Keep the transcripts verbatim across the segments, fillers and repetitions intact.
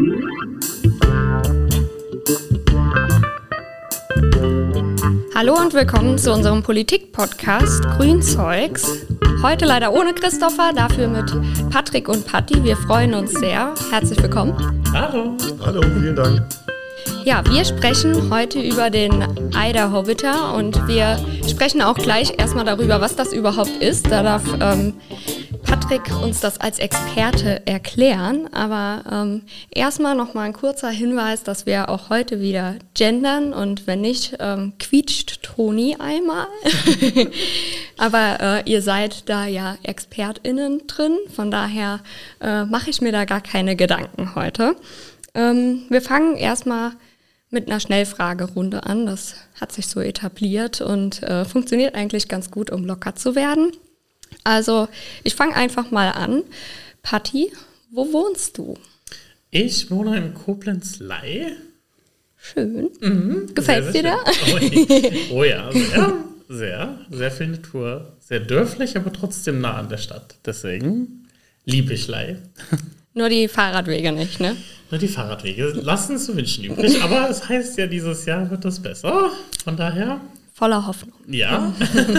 Hallo und willkommen zu unserem Politik-Podcast Grünzeugs. Heute leider ohne Christopher, dafür mit Patrick und Patti. Wir freuen uns sehr. Herzlich willkommen. Hallo. Hallo, vielen Dank. Ja, wir sprechen heute über den Eiderhobbiter und wir sprechen auch gleich erstmal darüber, was das überhaupt ist. Da darf ähm, Patrick uns das als Experte erklären. Aber ähm, erstmal nochmal ein kurzer Hinweis, dass wir auch heute wieder gendern und wenn nicht, ähm, quietscht Toni einmal. Aber äh, ihr seid da ja ExpertInnen drin, von daher äh, mache ich mir da gar keine Gedanken heute. Ähm, wir fangen erstmal mit einer Schnellfragerunde an. Das hat sich so etabliert und äh, funktioniert eigentlich ganz gut, um locker zu werden. Also ich fange einfach mal an. Patti, wo wohnst du? Ich wohne in Koblenz-Ley. Schön. Mhm, Gefällt dir da? Oh, oh ja, sehr, sehr, sehr viel Natur. Sehr dörflich, aber trotzdem nah an der Stadt. Deswegen liebe ich Ley. Nur die Fahrradwege nicht, ne? Nur die Fahrradwege lassen zu wünschen übrig. Aber es heißt ja, dieses Jahr wird das besser. Von daher... Voller Hoffnung. Ja.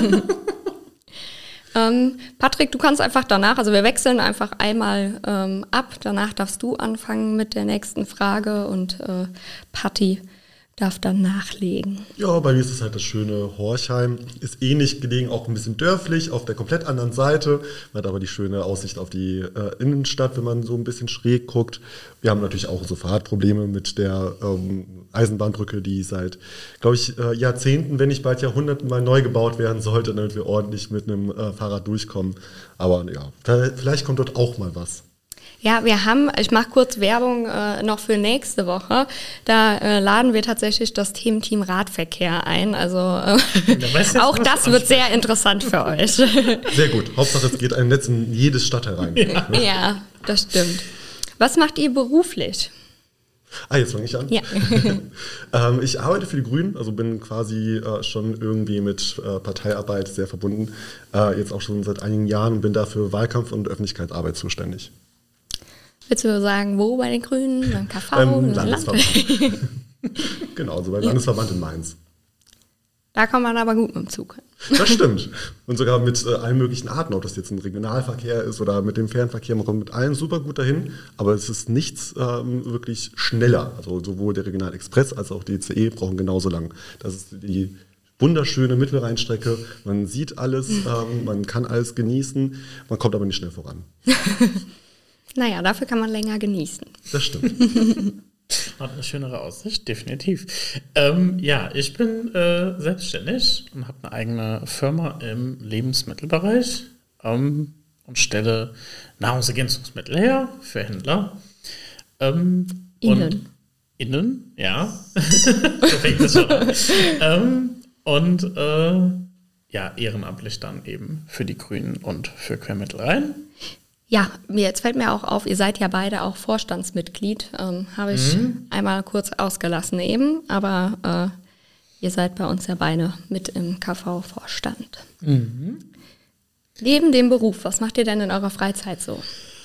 ähm, Patrick, du kannst einfach danach, also wir wechseln einfach einmal ähm, ab. Danach darfst du anfangen mit der nächsten Frage und äh, Patti darf dann nachlegen. Ja, bei mir ist es halt das schöne Horchheim. Ist ähnlich gelegen, auch ein bisschen dörflich, auf der komplett anderen Seite. Man hat aber die schöne Aussicht auf die äh, Innenstadt, wenn man so ein bisschen schräg guckt. Wir haben natürlich auch so Fahrradprobleme mit der ähm, Eisenbahnbrücke, die seit, glaube ich, äh, Jahrzehnten, wenn nicht bald Jahrhunderten mal neu gebaut werden sollte, damit wir ordentlich mit einem äh, Fahrrad durchkommen. Aber ja, vielleicht kommt dort auch mal was. Ja, wir haben, ich mache kurz Werbung äh, noch für nächste Woche, da äh, laden wir tatsächlich das Thementeam Radverkehr ein, also äh, auch das wird sehr interessant für euch. Sehr gut, Hauptsache es geht ein Netz in jedes Stadtteil rein. Ja. Ja, das stimmt. Was macht ihr beruflich? Ah, jetzt fange ich an. Ja. ähm, ich arbeite für die Grünen, also bin quasi äh, schon irgendwie mit äh, Parteiarbeit sehr verbunden, äh, jetzt auch schon seit einigen Jahren und bin dafür Wahlkampf und Öffentlichkeitsarbeit zuständig. Willst du sagen, wo bei den Grünen, beim K V, ähm, im Landesverband. Genau, so beim Landesverband in Mainz. Da kommt man aber gut mit dem Zug. Das stimmt. Und sogar mit äh, allen möglichen Arten, ob das jetzt ein Regionalverkehr ist oder mit dem Fernverkehr, man kommt mit allen super gut dahin, aber es ist nichts ähm, wirklich schneller. Also sowohl der Regionalexpress als auch die I C E brauchen genauso lang. Das ist die wunderschöne Mittelrheinstrecke, man sieht alles, ähm, man kann alles genießen, man kommt aber nicht schnell voran. Naja, dafür kann man länger genießen. Das stimmt. Hat eine schönere Aussicht, definitiv. Ähm, ja, ich bin äh, selbstständig und habe eine eigene Firma im Lebensmittelbereich ähm, und stelle Nahrungsergänzungsmittel her für Händler. Ähm, Innen. Und innen, ja. So fängt es schon an. ähm, und äh, ja, ehrenamtlich dann eben für die Grünen und für Quermittelrhein. Ja, jetzt fällt mir auch auf, ihr seid ja beide auch Vorstandsmitglied. Ähm, habe ich mhm. einmal kurz ausgelassen eben, aber äh, ihr seid bei uns ja beide mit im K V-Vorstand. Mhm. Neben dem Beruf, was macht ihr denn in eurer Freizeit so?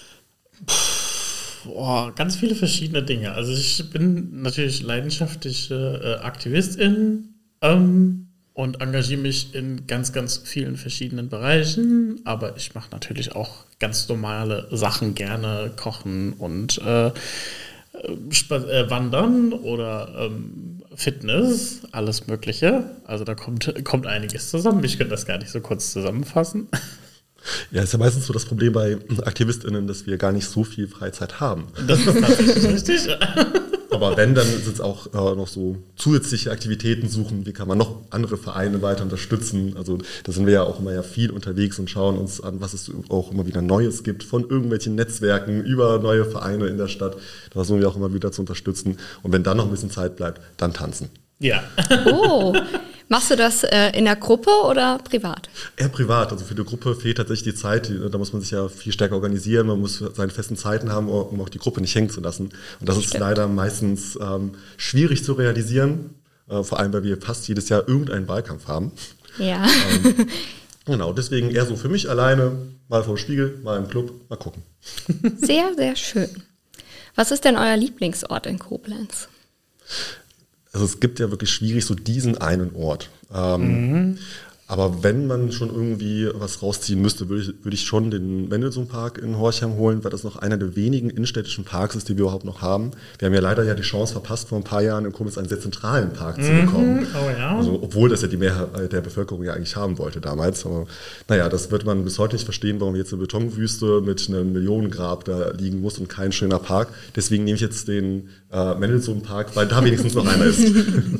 Boah, ganz viele verschiedene Dinge. Also ich bin natürlich leidenschaftliche äh, Aktivistin ähm, und engagiere mich in ganz, ganz vielen verschiedenen Bereichen, aber ich mache natürlich auch ganz normale Sachen gerne, kochen und äh, sp- äh, wandern oder ähm, Fitness, alles Mögliche. Also da kommt, kommt einiges zusammen. Ich könnte das gar nicht so kurz zusammenfassen. Ja, ist ja meistens so das Problem bei AktivistInnen, dass wir gar nicht so viel Freizeit haben. Das ist tatsächlich richtig. Aber wenn, dann sind es auch äh, noch so zusätzliche Aktivitäten suchen, wie kann man noch andere Vereine weiter unterstützen. Also da sind wir ja auch immer ja viel unterwegs und schauen uns an, was es auch immer wieder Neues gibt, von irgendwelchen Netzwerken über neue Vereine in der Stadt. Da versuchen wir auch immer wieder zu unterstützen. Und wenn dann noch ein bisschen Zeit bleibt, dann tanzen. Ja. Oh, machst du das äh, in der Gruppe oder privat? Eher privat. Also für die Gruppe fehlt tatsächlich die Zeit. Da muss man sich ja viel stärker organisieren. Man muss seine festen Zeiten haben, um auch die Gruppe nicht hängen zu lassen. Und das Stimmt. ist leider meistens ähm, schwierig zu realisieren. Äh, vor allem, weil wir fast jedes Jahr irgendeinen Wahlkampf haben. Ja. Ähm, genau, deswegen eher so für mich alleine, mal vor dem Spiegel, mal im Club, mal gucken. Sehr, sehr schön. Was ist denn euer Lieblingsort in Koblenz? Also es gibt ja wirklich schwierig so diesen einen Ort. Ähm, mhm. Aber wenn man schon irgendwie was rausziehen müsste, würde ich, würde ich schon den Mendelssohn-Park in Horchheim holen, weil das noch einer der wenigen innenstädtischen Parks ist, die wir überhaupt noch haben. Wir haben ja leider ja die Chance verpasst, vor ein paar Jahren in Koblenz einen sehr zentralen Park mhm. zu bekommen. Oh ja. Also, obwohl das ja die Mehrheit der Bevölkerung ja eigentlich haben wollte damals. Aber naja, das wird man bis heute nicht verstehen, warum jetzt eine Betonwüste mit einem Millionengrab da liegen muss und kein schöner Park. Deswegen nehme ich jetzt den äh, Mendelssohn-Park, weil da wenigstens noch einer ist.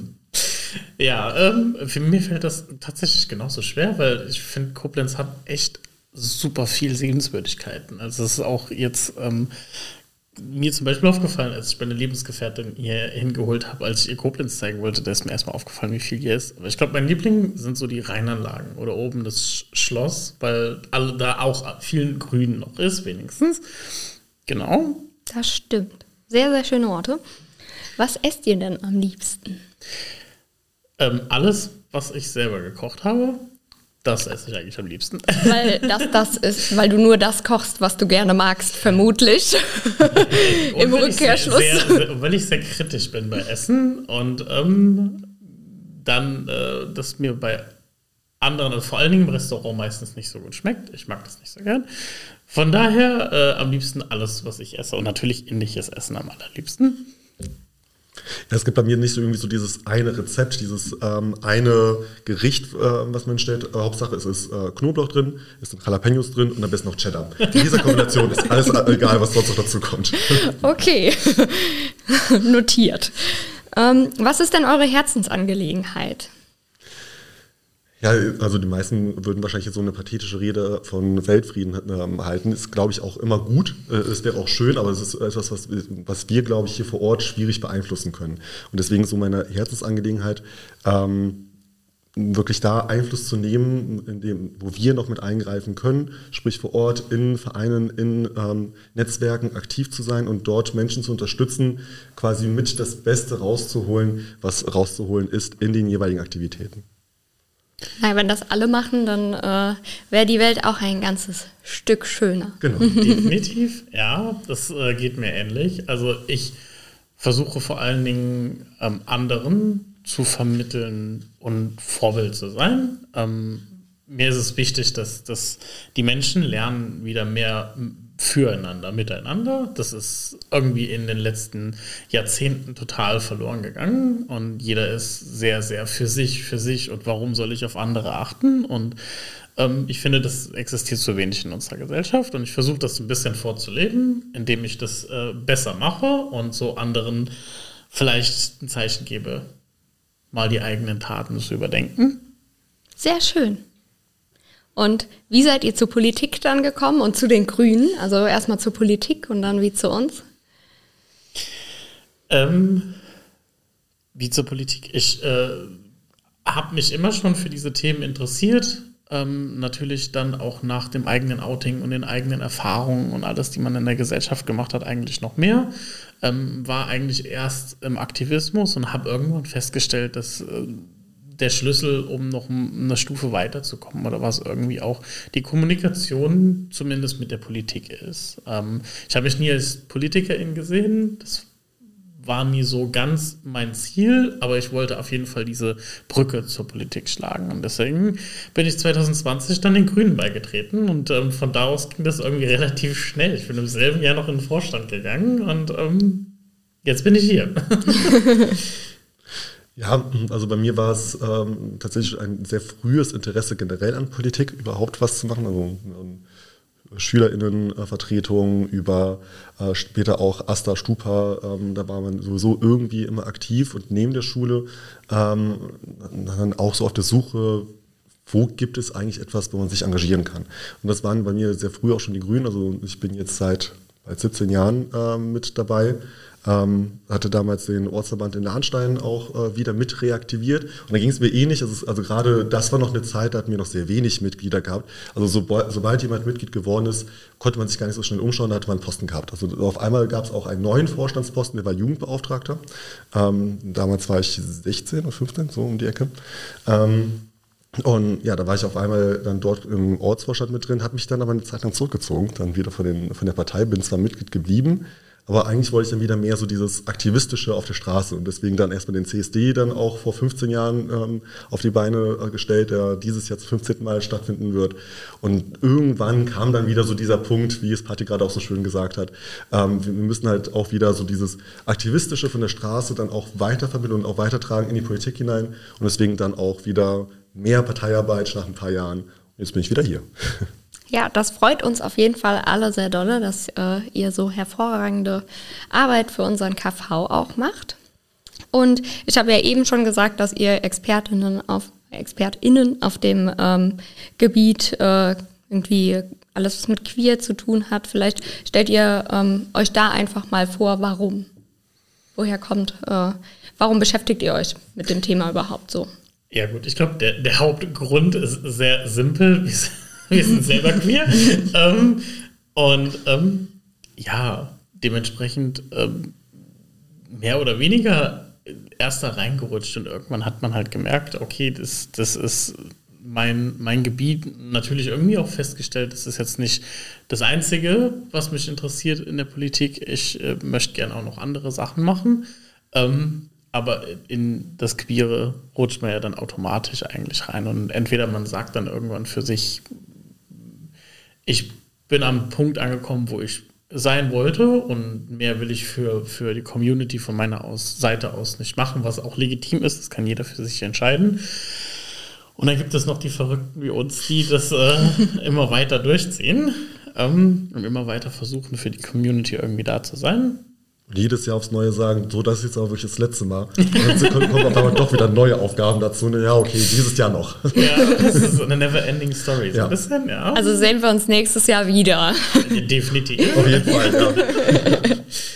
Ja, ähm, für mich fällt das tatsächlich genauso schwer, weil ich finde, Koblenz hat echt super viel Sehenswürdigkeiten. Also es ist auch jetzt ähm, mir zum Beispiel aufgefallen, als ich meine Lebensgefährtin hier hingeholt habe, als ich ihr Koblenz zeigen wollte, da ist mir erstmal aufgefallen, wie viel hier ist. Aber ich glaube, mein Liebling sind so die Rheinanlagen oder oben das Schloss, weil alle da auch viel Grün noch ist, wenigstens. Genau. Das stimmt. Sehr, sehr schöne Orte. Was esst ihr denn am liebsten? Ähm, alles, was ich selber gekocht habe, das esse ich eigentlich am liebsten. Weil das das ist, weil du nur das kochst, was du gerne magst, vermutlich. Im Rückkehrschluss. Sehr, sehr, weil ich sehr kritisch bin bei Essen und ähm, dann, äh, das mir bei anderen, also vor allen Dingen im Restaurant meistens nicht so gut schmeckt. Ich mag das nicht so gern. Von daher äh, am liebsten alles, was ich esse. Und natürlich indisches Essen am allerliebsten. Ja, es gibt bei mir nicht so irgendwie so dieses eine Rezept, dieses ähm, eine Gericht, äh, was man stellt. Äh, Hauptsache es ist äh, Knoblauch drin, es sind Jalapenos drin und am besten noch Cheddar. In dieser Kombination ist alles egal, was sonst noch dazu kommt. Okay, notiert. Ähm, was ist denn eure Herzensangelegenheit? Ja, also die meisten würden wahrscheinlich jetzt so eine pathetische Rede von Weltfrieden ähm, halten. Ist, glaube ich, auch immer gut. Äh, es wäre auch schön, aber es ist etwas, was, was wir, glaube ich, hier vor Ort schwierig beeinflussen können. Und deswegen so meine Herzensangelegenheit, ähm, wirklich da Einfluss zu nehmen, in dem, wo wir noch mit eingreifen können, sprich vor Ort in Vereinen, in ähm, Netzwerken aktiv zu sein und dort Menschen zu unterstützen, quasi mit das Beste rauszuholen, was rauszuholen ist in den jeweiligen Aktivitäten. Nein, wenn das alle machen, dann äh, wäre die Welt auch ein ganzes Stück schöner. Genau, definitiv. Ja, das äh, geht mir ähnlich. Also ich versuche vor allen Dingen ähm, anderen zu vermitteln und Vorbild zu sein. Ähm, mir ist es wichtig, dass, dass die Menschen lernen, wieder mehr füreinander, miteinander. Das ist irgendwie in den letzten Jahrzehnten total verloren gegangen und jeder ist sehr, sehr für sich, für sich und warum soll ich auf andere achten? Und ähm, ich finde, das existiert zu wenig in unserer Gesellschaft und ich versuche das ein bisschen vorzuleben, indem ich das äh, besser mache und so anderen vielleicht ein Zeichen gebe, mal die eigenen Taten zu überdenken. Sehr schön. Und wie seid ihr zur Politik dann gekommen und zu den Grünen? Also erstmal zur Politik und dann wie zu uns? Ähm, wie zur Politik? Ich äh, habe mich immer schon für diese Themen interessiert. Ähm, natürlich dann auch nach dem eigenen Outing und den eigenen Erfahrungen und alles, die man in der Gesellschaft gemacht hat, eigentlich noch mehr. Ähm, war eigentlich erst im Aktivismus und habe irgendwann festgestellt, dass äh, der Schlüssel, um noch eine Stufe weiterzukommen oder was irgendwie auch die Kommunikation zumindest mit der Politik ist. Ähm, ich habe mich nie als Politikerin gesehen, das war nie so ganz mein Ziel, aber ich wollte auf jeden Fall diese Brücke zur Politik schlagen und deswegen bin ich zwanzig zwanzig dann den Grünen beigetreten und ähm, von da aus ging das irgendwie relativ schnell. Ich bin im selben Jahr noch in den Vorstand gegangen und ähm, jetzt bin ich hier. Ja, also bei mir war es ähm, tatsächlich ein sehr frühes Interesse generell an Politik, überhaupt was zu machen. Also ähm, SchülerInnenvertretung über äh, später auch Asta Stupa, ähm, da war man sowieso irgendwie immer aktiv und neben der Schule ähm, dann auch so auf der Suche, wo gibt es eigentlich etwas, wo man sich engagieren kann. Und das waren bei mir sehr früh auch schon die Grünen, also ich bin jetzt seit, seit siebzehn Jahren äh, mit dabei. Ähm, hatte damals den Ortsverband in Lahnstein auch äh, wieder mit reaktiviert. Und da ging es mir ähnlich. Also, also gerade das war noch eine Zeit, da hatten wir noch sehr wenig Mitglieder gehabt. Also so, sobald jemand Mitglied geworden ist, konnte man sich gar nicht so schnell umschauen, da hatte man einen Posten gehabt. Also auf einmal gab es auch einen neuen Vorstandsposten, der war Jugendbeauftragter. Ähm, damals war ich sechzehn oder fünfzehn, so um die Ecke. Ähm, Und ja, da war ich auf einmal dann dort im Ortsvorstand mit drin, habe mich dann aber eine Zeit lang zurückgezogen, dann wieder von, den, von der Partei, bin zwar Mitglied geblieben, aber eigentlich wollte ich dann wieder mehr so dieses Aktivistische auf der Straße und deswegen dann erstmal den C S D dann auch vor fünfzehn Jahren ähm, auf die Beine äh, gestellt, der dieses Jahr zum fünfzehnten Mal stattfinden wird. Und irgendwann kam dann wieder so dieser Punkt, wie es Patti gerade auch so schön gesagt hat, ähm, wir müssen halt auch wieder so dieses Aktivistische von der Straße dann auch weitervermitteln und auch weitertragen in die Politik hinein und deswegen dann auch wieder mehr Parteiarbeit nach ein paar Jahren. Jetzt bin ich wieder hier. Ja, das freut uns auf jeden Fall alle sehr dolle, dass äh, ihr so hervorragende Arbeit für unseren K V auch macht. Und ich habe ja eben schon gesagt, dass ihr Expertinnen auf ExpertInnen auf dem ähm, Gebiet äh, irgendwie alles, was mit Queer zu tun hat. Vielleicht stellt ihr ähm, euch da einfach mal vor, warum? Woher kommt, äh, warum beschäftigt ihr euch mit dem Thema überhaupt so? Ja gut, ich glaube, der, der Hauptgrund ist sehr simpel. Wir sind selber queer. ähm, und ähm, ja, dementsprechend ähm, mehr oder weniger erst da reingerutscht und irgendwann hat man halt gemerkt, okay, das, das ist mein, mein Gebiet. Natürlich irgendwie auch festgestellt, das ist jetzt nicht das Einzige, was mich interessiert in der Politik. Ich äh, möchte gerne auch noch andere Sachen machen. Ähm, aber in das Queere rutscht man ja dann automatisch eigentlich rein. Und entweder man sagt dann irgendwann für sich, ich bin am Punkt angekommen, wo ich sein wollte und mehr will ich für, für die Community von meiner aus, Seite aus nicht machen, was auch legitim ist, das kann jeder für sich entscheiden. Und dann gibt es noch die Verrückten wie uns, die das äh, immer weiter durchziehen ähm, und immer weiter versuchen, für die Community irgendwie da zu sein. Jedes Jahr aufs Neue sagen, so, das ist jetzt aber wirklich das letzte Mal. Und dann kommen auf einmal doch wieder neue Aufgaben dazu. Und ja, okay, dieses Jahr noch. Ja, das ist so eine never-ending Story. So ja. ein bisschen, ja. Also sehen wir uns nächstes Jahr wieder. Definitiv. Auf jeden Fall, ja.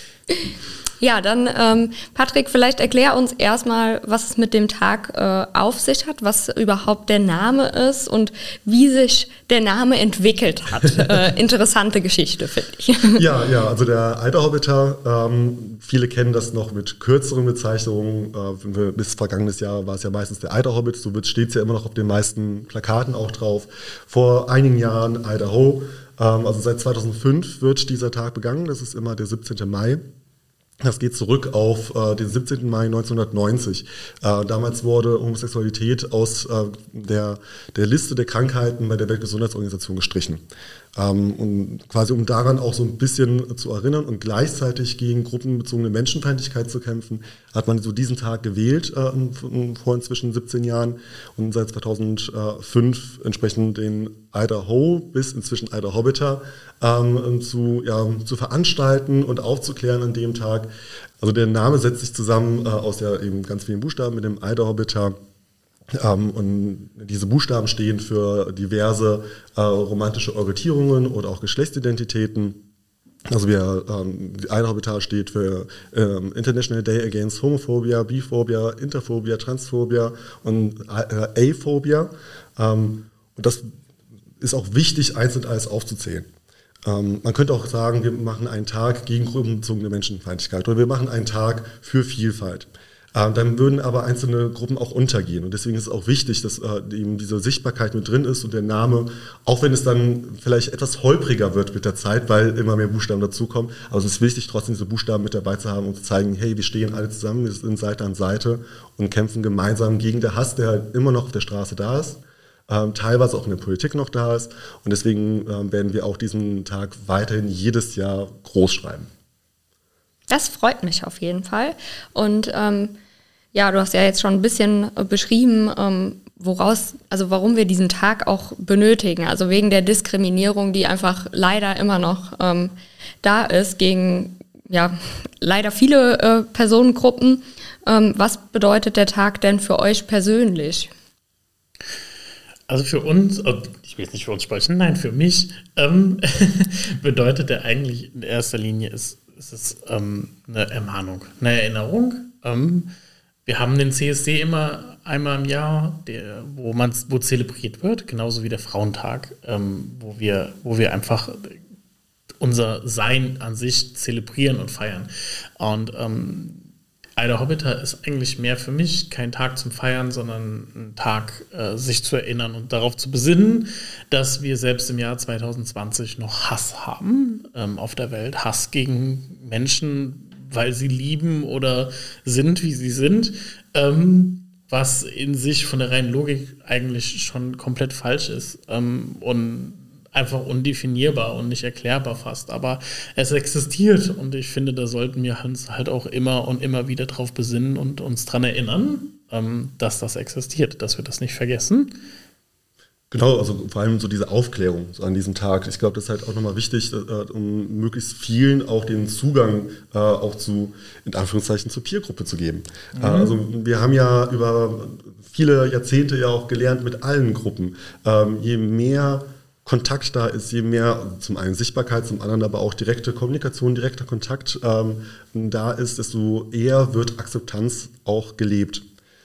Ja, dann ähm, Patrick, vielleicht erklär uns erstmal, was es mit dem Tag äh, auf sich hat, was überhaupt der Name ist und wie sich der Name entwickelt hat. Äh, interessante Geschichte, finde ich. Ja, ja, also der Eiderhobbiter, ähm, viele kennen das noch mit kürzeren Bezeichnungen. Äh, bis vergangenes Jahr war es ja meistens der Eiderhobbit, so steht es ja immer noch auf den meisten Plakaten auch drauf. Vor einigen Jahren Idaho, ähm, also seit zweitausendfünf wird dieser Tag begangen, das ist immer der siebzehnten Mai. Das geht zurück auf äh, den siebzehnten Mai neunzehnhundertneunzig. Äh, damals wurde Homosexualität aus äh, der, der Liste der Krankheiten bei der Weltgesundheitsorganisation gestrichen. Ähm, und quasi um daran auch so ein bisschen zu erinnern und gleichzeitig gegen gruppenbezogene Menschenfeindlichkeit zu kämpfen, hat man so diesen Tag gewählt, äh, vor inzwischen siebzehn Jahren und seit zweitausendfünf entsprechend den Idaho bis inzwischen Eiderhobbiter ähm, zu, ja, zu veranstalten und aufzuklären an dem Tag. Also der Name setzt sich zusammen äh, aus ja eben ganz vielen Buchstaben mit dem Eiderhobbiter. Ähm, und diese Buchstaben stehen für diverse äh, romantische Orientierungen oder auch Geschlechtsidentitäten. Also wir, ähm, die Eiderhobbiter steht für ähm, International Day Against Homophobia, Biphobia, Interphobia, Transphobia und äh, Aphobia. Ähm, und das ist auch wichtig, einzeln alles aufzuzählen. Ähm, man könnte auch sagen, wir machen einen Tag gegen gruppenbezogene Menschenfeindlichkeit oder wir machen einen Tag für Vielfalt. Ähm, dann würden aber einzelne Gruppen auch untergehen. Und deswegen ist es auch wichtig, dass äh, eben diese Sichtbarkeit mit drin ist und der Name, auch wenn es dann vielleicht etwas holpriger wird mit der Zeit, weil immer mehr Buchstaben dazukommen. Aber es ist wichtig, trotzdem diese Buchstaben mit dabei zu haben und zu zeigen, hey, wir stehen alle zusammen, wir sind Seite an Seite und kämpfen gemeinsam gegen den Hass, der halt immer noch auf der Straße da ist. Ähm, teilweise auch in der Politik noch da ist. Und deswegen ähm, werden wir auch diesen Tag weiterhin jedes Jahr groß schreiben. Das freut mich auf jeden Fall. Und ähm, ja, du hast ja jetzt schon ein bisschen äh, beschrieben, ähm, woraus, also warum wir diesen Tag auch benötigen. Also wegen der Diskriminierung, die einfach leider immer noch ähm, da ist gegen ja leider viele äh, Personengruppen. Ähm, was bedeutet der Tag denn für euch persönlich? Also für uns, ich will jetzt nicht für uns sprechen, nein, für mich ähm, bedeutet der eigentlich in erster Linie ist, ist es ähm, eine Ermahnung, eine Erinnerung. Ähm, wir haben den C S D immer einmal im Jahr, der, wo man wo zelebriert wird, genauso wie der Frauentag, ähm, wo wir, wo wir einfach unser Sein an sich zelebrieren und feiern. Und ähm, Aida Hobbiter ist eigentlich mehr für mich kein Tag zum Feiern, sondern ein Tag, äh, sich zu erinnern und darauf zu besinnen, dass wir selbst im Jahr zwanzig zwanzig noch Hass haben ähm, auf der Welt. Hass gegen Menschen, weil sie lieben oder sind, wie sie sind. Ähm, was in sich von der reinen Logik eigentlich schon komplett falsch ist ähm, und einfach undefinierbar und nicht erklärbar fast. Aber es existiert und ich finde, da sollten wir uns halt auch immer und immer wieder drauf besinnen und uns dran erinnern, ähm, dass das existiert, dass wir das nicht vergessen. Genau, also vor allem so diese Aufklärung so an diesem Tag. Ich glaube, das ist halt auch nochmal wichtig, äh, um möglichst vielen auch den Zugang äh, auch zu, in Anführungszeichen, zur Peergruppe zu geben. Mhm. Äh, also wir haben ja über viele Jahrzehnte ja auch gelernt mit allen Gruppen. Ähm, je mehr Kontakt da ist, je mehr zum einen Sichtbarkeit, zum anderen aber auch direkte Kommunikation, direkter Kontakt ähm, da ist, desto eher wird Akzeptanz auch gelebt.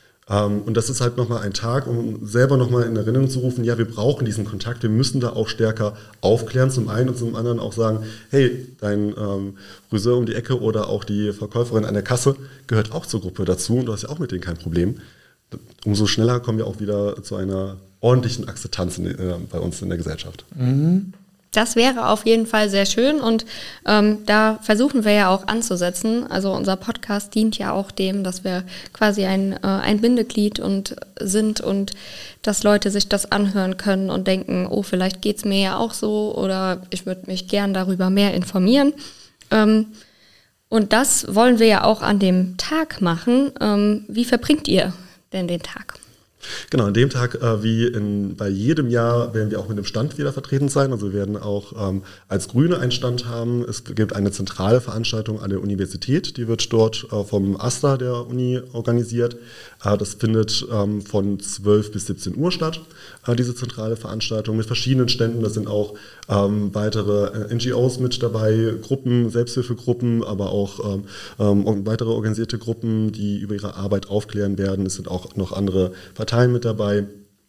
Um, und das ist halt nochmal ein Tag, um selber nochmal in Erinnerung zu rufen, ja, wir brauchen diesen Kontakt, wir müssen da auch stärker aufklären, zum einen und zum anderen auch sagen, hey, dein ähm, Friseur um die Ecke oder auch die Verkäuferin an der Kasse gehört auch zur Gruppe dazu und du hast ja auch mit denen kein Problem. Umso schneller kommen wir auch wieder zu einer ordentlichen Akzeptanz in, äh, bei uns in der Gesellschaft. Mhm. Das wäre auf jeden Fall sehr schön und ähm, da versuchen wir ja auch anzusetzen. Also unser Podcast dient ja auch dem, dass wir quasi ein, äh, ein Bindeglied und sind und dass Leute sich das anhören können und denken, oh, vielleicht geht's mir ja auch so oder ich würde mich gern darüber mehr informieren. Ähm, und das wollen wir ja auch an dem Tag machen. Ähm, wie verbringt ihr denn den Tag? Genau, an dem Tag, äh, wie in, bei jedem Jahr, werden wir auch mit dem Stand wieder vertreten sein. Also wir werden auch ähm, als Grüne einen Stand haben. Es gibt eine zentrale Veranstaltung an der Universität, die wird dort äh, vom AStA der Uni organisiert. Äh, das findet ähm, von zwölf bis siebzehn Uhr statt, äh, diese zentrale Veranstaltung mit verschiedenen Ständen. Da sind auch ähm, weitere äh, N G Os mit dabei, Gruppen, Selbsthilfegruppen, aber auch ähm, ähm, weitere organisierte Gruppen, die über ihre Arbeit aufklären werden. Es sind auch noch andere Parteien mit dabei,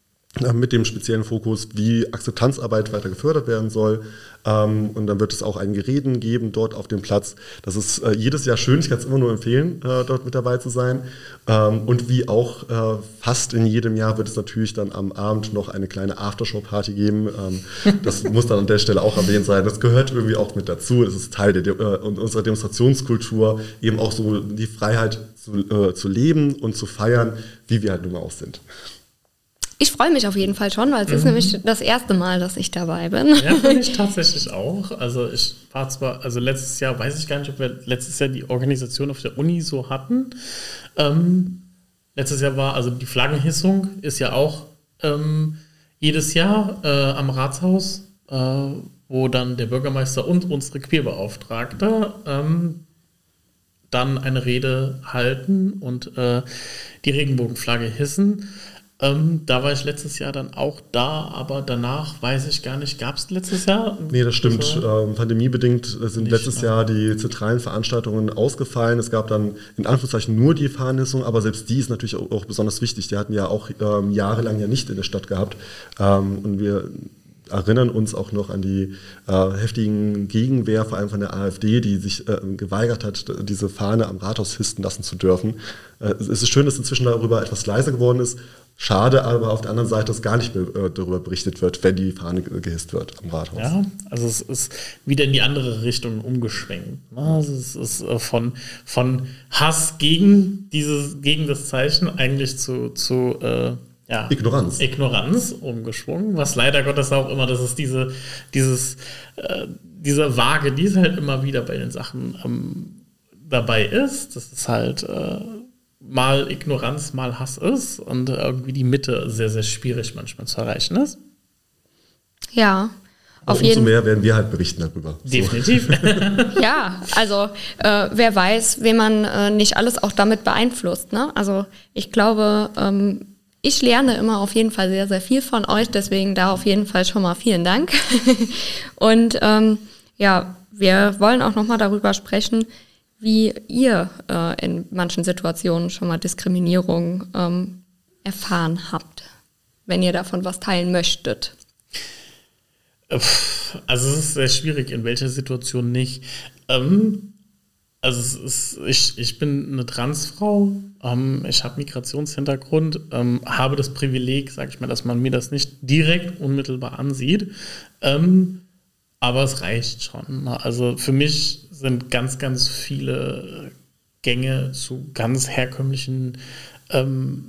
mit dem speziellen Fokus, wie Akzeptanzarbeit weiter gefördert werden soll. Und dann wird es auch ein Reden geben dort auf dem Platz. Das ist jedes Jahr schön, ich kann es immer nur empfehlen, dort mit dabei zu sein. Und wie auch fast in jedem Jahr wird es natürlich dann am Abend noch eine kleine Aftershow-Party geben. Das muss dann an der Stelle auch erwähnt sein. Das gehört irgendwie auch mit dazu. Das ist Teil der, unserer Demonstrationskultur, eben auch so die Freiheit zu, zu leben und zu feiern, wie wir halt nun mal auch sind. Ich freue mich auf jeden Fall schon, weil es mhm. ist nämlich das erste Mal, dass ich dabei bin. Ja, finde ich tatsächlich auch. Also ich war zwar, also letztes Jahr, weiß ich gar nicht, ob wir letztes Jahr die Organisation auf der Uni so hatten. Ähm, letztes Jahr war, also die Flaggenhissung ist ja auch ähm, jedes Jahr äh, am Ratshaus, äh, wo dann der Bürgermeister und unsere Queerbeauftragte ähm, dann eine Rede halten und äh, die Regenbogenflagge hissen. Ähm, da war ich letztes Jahr dann auch da, aber danach weiß ich gar nicht, gab es letztes Jahr? Nee, das stimmt. Ähm, pandemiebedingt sind nicht, letztes Jahr die zentralen Veranstaltungen ausgefallen. Es gab dann in Anführungszeichen nur die Fahnenhissung, aber selbst die ist natürlich auch, auch besonders wichtig. Die hatten ja auch ähm, jahrelang ja nicht in der Stadt gehabt. Ähm, und wir erinnern uns auch noch an die äh, heftigen Gegenwehr, vor allem von der AfD, die sich äh, geweigert hat, diese Fahne am Rathaus hissen lassen zu dürfen. Äh, es ist schön, dass inzwischen darüber etwas leiser geworden ist. Schade, aber auf der anderen Seite, dass gar nicht mehr äh, darüber berichtet wird, wenn die Fahne gehisst wird am Rathaus. Ja, also es ist wieder in die andere Richtung umgeschwenkt. Also es ist äh, von, von Hass gegen, dieses, gegen das Zeichen eigentlich zu, zu äh, ja, Ignoranz. Ignoranz umgeschwungen, was leider Gottes auch immer, das ist diese, dieses, äh, diese Waage, die es halt immer wieder bei den Sachen ähm, dabei ist. Das ist halt äh, mal Ignoranz, mal Hass ist und irgendwie die Mitte sehr, sehr schwierig manchmal zu erreichen ist. Ja, auf jeden Fall. Umso mehr werden wir halt berichten darüber. Definitiv. So. Ja, also äh, wer weiß, wen man äh, nicht alles auch damit beeinflusst. Ne? Also ich glaube, ähm, ich lerne immer auf jeden Fall sehr, sehr viel von euch, deswegen da auf jeden Fall schon mal vielen Dank. Und ähm, ja, wir wollen auch nochmal darüber sprechen, wie ihr äh, in manchen Situationen schon mal Diskriminierung ähm, erfahren habt, wenn ihr davon was teilen möchtet. Also es ist sehr schwierig, in welcher Situation nicht. Ähm, Also es ist, ich, ich bin eine Transfrau, ähm, ich habe Migrationshintergrund, ähm, habe das Privileg, sage ich mal, dass man mir das nicht direkt unmittelbar ansieht, ähm, aber es reicht schon. Ne? Also für mich sind ganz, ganz viele Gänge zu ganz herkömmlichen ähm,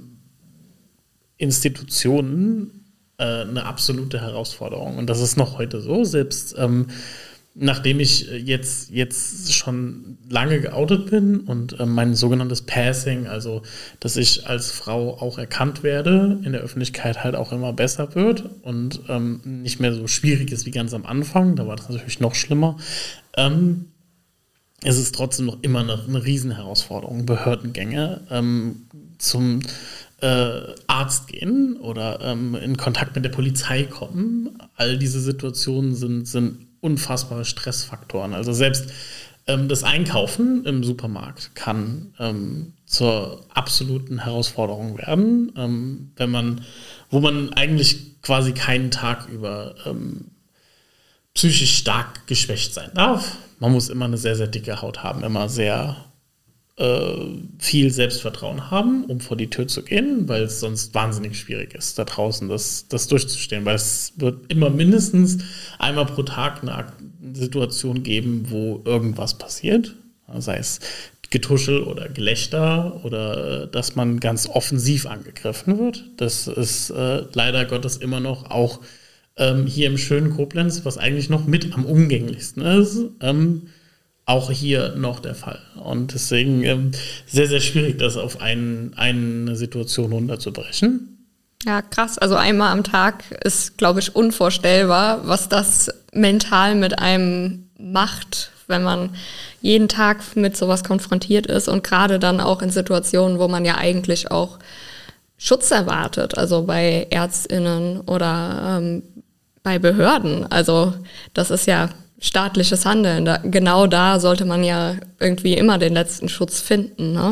Institutionen äh, eine absolute Herausforderung. Und das ist noch heute so, selbst ähm, nachdem ich jetzt, jetzt schon lange geoutet bin und äh, mein sogenanntes Passing, also dass ich als Frau auch erkannt werde, in der Öffentlichkeit halt auch immer besser wird und ähm, nicht mehr so schwierig ist wie ganz am Anfang, da war das natürlich noch schlimmer, ähm, es ist trotzdem noch immer eine, eine Riesenherausforderung, Behördengänge ähm, zum äh, Arzt gehen oder ähm, in Kontakt mit der Polizei kommen. All diese Situationen sind, sind unfassbare Stressfaktoren. Also selbst ähm, das Einkaufen im Supermarkt kann ähm, zur absoluten Herausforderung werden, ähm, wenn man, wo man eigentlich quasi keinen Tag über ähm, psychisch stark geschwächt sein darf. Man muss immer eine sehr, sehr dicke Haut haben, immer sehr äh, viel Selbstvertrauen haben, um vor die Tür zu gehen, weil es sonst wahnsinnig schwierig ist, da draußen das, das durchzustehen, weil es wird immer mindestens einmal pro Tag eine Situation geben, wo irgendwas passiert, sei es Getuschel oder Gelächter oder dass man ganz offensiv angegriffen wird. Das ist äh, leider Gottes immer noch auch ähm, hier im schönen Koblenz, was eigentlich noch mit am umgänglichsten ist, ähm, auch hier noch der Fall. Und deswegen ähm, sehr, sehr schwierig, das auf ein, eine Situation runterzubrechen. Ja, krass. Also einmal am Tag ist, glaube ich, unvorstellbar, was das mental mit einem macht, wenn man jeden Tag mit sowas konfrontiert ist und gerade dann auch in Situationen, wo man ja eigentlich auch Schutz erwartet, also bei ÄrztInnen oder ähm, bei Behörden. Also das ist ja staatliches Handeln. Da, genau da sollte man ja irgendwie immer den letzten Schutz finden, ne?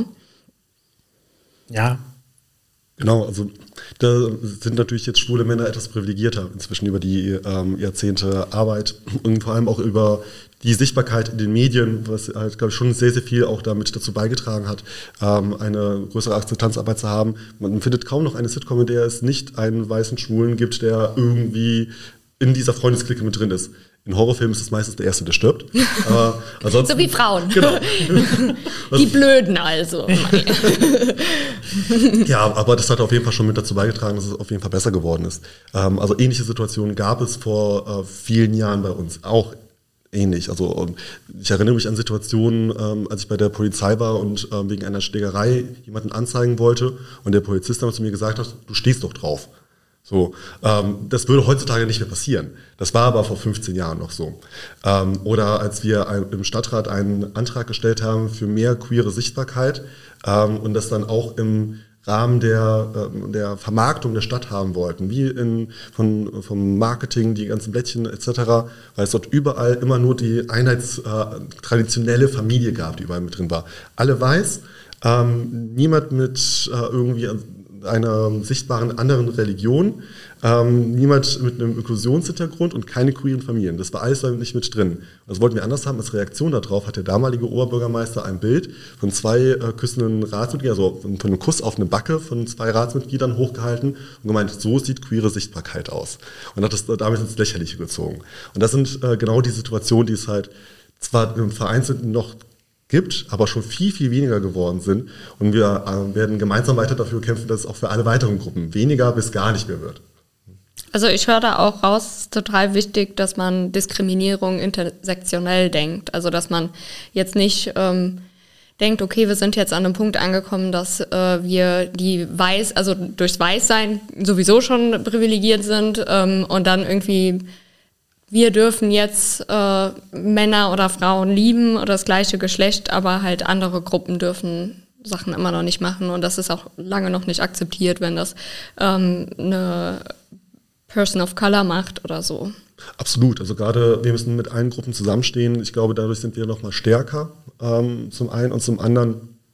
Ja. Genau, also da sind natürlich jetzt schwule Männer etwas privilegierter inzwischen über die ähm, Jahrzehnte Arbeit und vor allem auch über die Sichtbarkeit in den Medien, was halt, glaube ich, schon sehr, sehr viel auch damit dazu beigetragen hat, ähm, eine größere Akzeptanzarbeit zu haben. Man findet kaum noch eine Sitcom, in der es nicht einen weißen Schwulen gibt, der irgendwie in dieser Freundesklicke mit drin ist. In Horrorfilmen ist es meistens der Erste, der stirbt. Aber ansonsten, so wie Frauen. Genau. Die Blöden also. Ja, aber das hat auf jeden Fall schon mit dazu beigetragen, dass es auf jeden Fall besser geworden ist. Ähm, also ähnliche Situationen gab es vor äh, vielen Jahren bei uns. Auch ähnlich. Also ich erinnere mich an Situationen, ähm, als ich bei der Polizei war und ähm, wegen einer Schlägerei jemanden anzeigen wollte und der Polizist damals zu mir gesagt hat, du stehst doch drauf. So, ähm, das würde heutzutage nicht mehr passieren. Das war aber vor fünfzehn Jahren noch so. Ähm, oder als wir ein, im Stadtrat einen Antrag gestellt haben für mehr queere Sichtbarkeit ähm, und das dann auch im Rahmen der, äh, der Vermarktung der Stadt haben wollten, wie in, von, vom Marketing, die ganzen Blättchen et cetera, weil es dort überall immer nur die einheits, äh, traditionelle Familie gab, die überall mit drin war. Alle weiß, ähm, niemand mit äh, irgendwie einer sichtbaren anderen Religion, ähm, niemand mit einem Inklusionshintergrund und keine queeren Familien. Das war alles da nicht mit drin. Das wollten wir anders haben. Als Reaktion darauf hat der damalige Oberbürgermeister ein Bild von zwei äh, küssenden Ratsmitgliedern, also von, von einem Kuss auf eine Backe von zwei Ratsmitgliedern hochgehalten und gemeint, so sieht queere Sichtbarkeit aus. Und hat das damit ins Lächerliche gezogen. Und das sind äh, genau die Situationen, die es halt zwar im Vereinzelten noch gibt, aber schon viel, viel weniger geworden sind. Und wir äh, werden gemeinsam weiter dafür kämpfen, dass es auch für alle weiteren Gruppen weniger bis gar nicht mehr wird. Also ich höre da auch raus, es ist total wichtig, dass man Diskriminierung intersektionell denkt. Also dass man jetzt nicht ähm, denkt, okay, wir sind jetzt an einem Punkt angekommen, dass äh, wir die Weiß, also durchs Weißsein sowieso schon privilegiert sind ähm, und dann irgendwie wir dürfen jetzt äh, Männer oder Frauen lieben oder das gleiche Geschlecht, aber halt andere Gruppen dürfen Sachen immer noch nicht machen. Und das ist auch lange noch nicht akzeptiert, wenn das ähm, eine Person of Color macht oder so. Absolut. Also gerade wir müssen mit allen Gruppen zusammenstehen. Ich glaube, dadurch sind wir noch mal stärker ähm, zum einen und zum anderen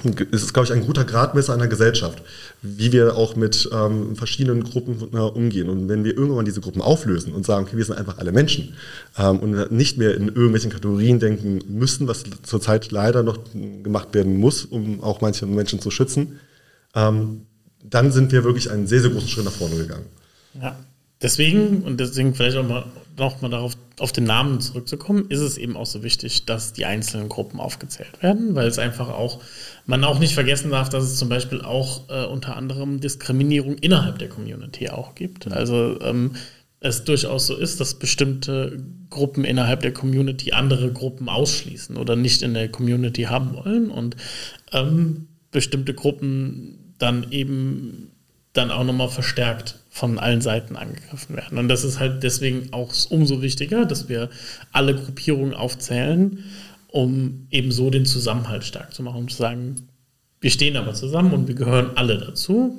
es ist, glaube ich, ein guter Gradmesser einer Gesellschaft, wie wir auch mit ähm, verschiedenen Gruppen äh, umgehen. Und wenn wir irgendwann diese Gruppen auflösen und sagen, okay, wir sind einfach alle Menschen ähm, und nicht mehr in irgendwelchen Kategorien denken müssen, was zurzeit leider noch gemacht werden muss, um auch manche Menschen zu schützen, ähm, dann sind wir wirklich einen sehr, sehr großen Schritt nach vorne gegangen. Ja, deswegen, und deswegen vielleicht auch mal noch mal darauf auf den Namen zurückzukommen, ist es eben auch so wichtig, dass die einzelnen Gruppen aufgezählt werden, weil es einfach auch, man auch nicht vergessen darf, dass es zum Beispiel auch äh, unter anderem Diskriminierung innerhalb der Community auch gibt. Also ähm, es durchaus so ist, dass bestimmte Gruppen innerhalb der Community andere Gruppen ausschließen oder nicht in der Community haben wollen und ähm, bestimmte Gruppen dann eben dann auch nochmal verstärkt von allen Seiten angegriffen werden. Und das ist halt deswegen auch umso wichtiger, dass wir alle Gruppierungen aufzählen, um eben so den Zusammenhalt stark zu machen, um zu sagen, wir stehen aber zusammen und wir gehören alle dazu.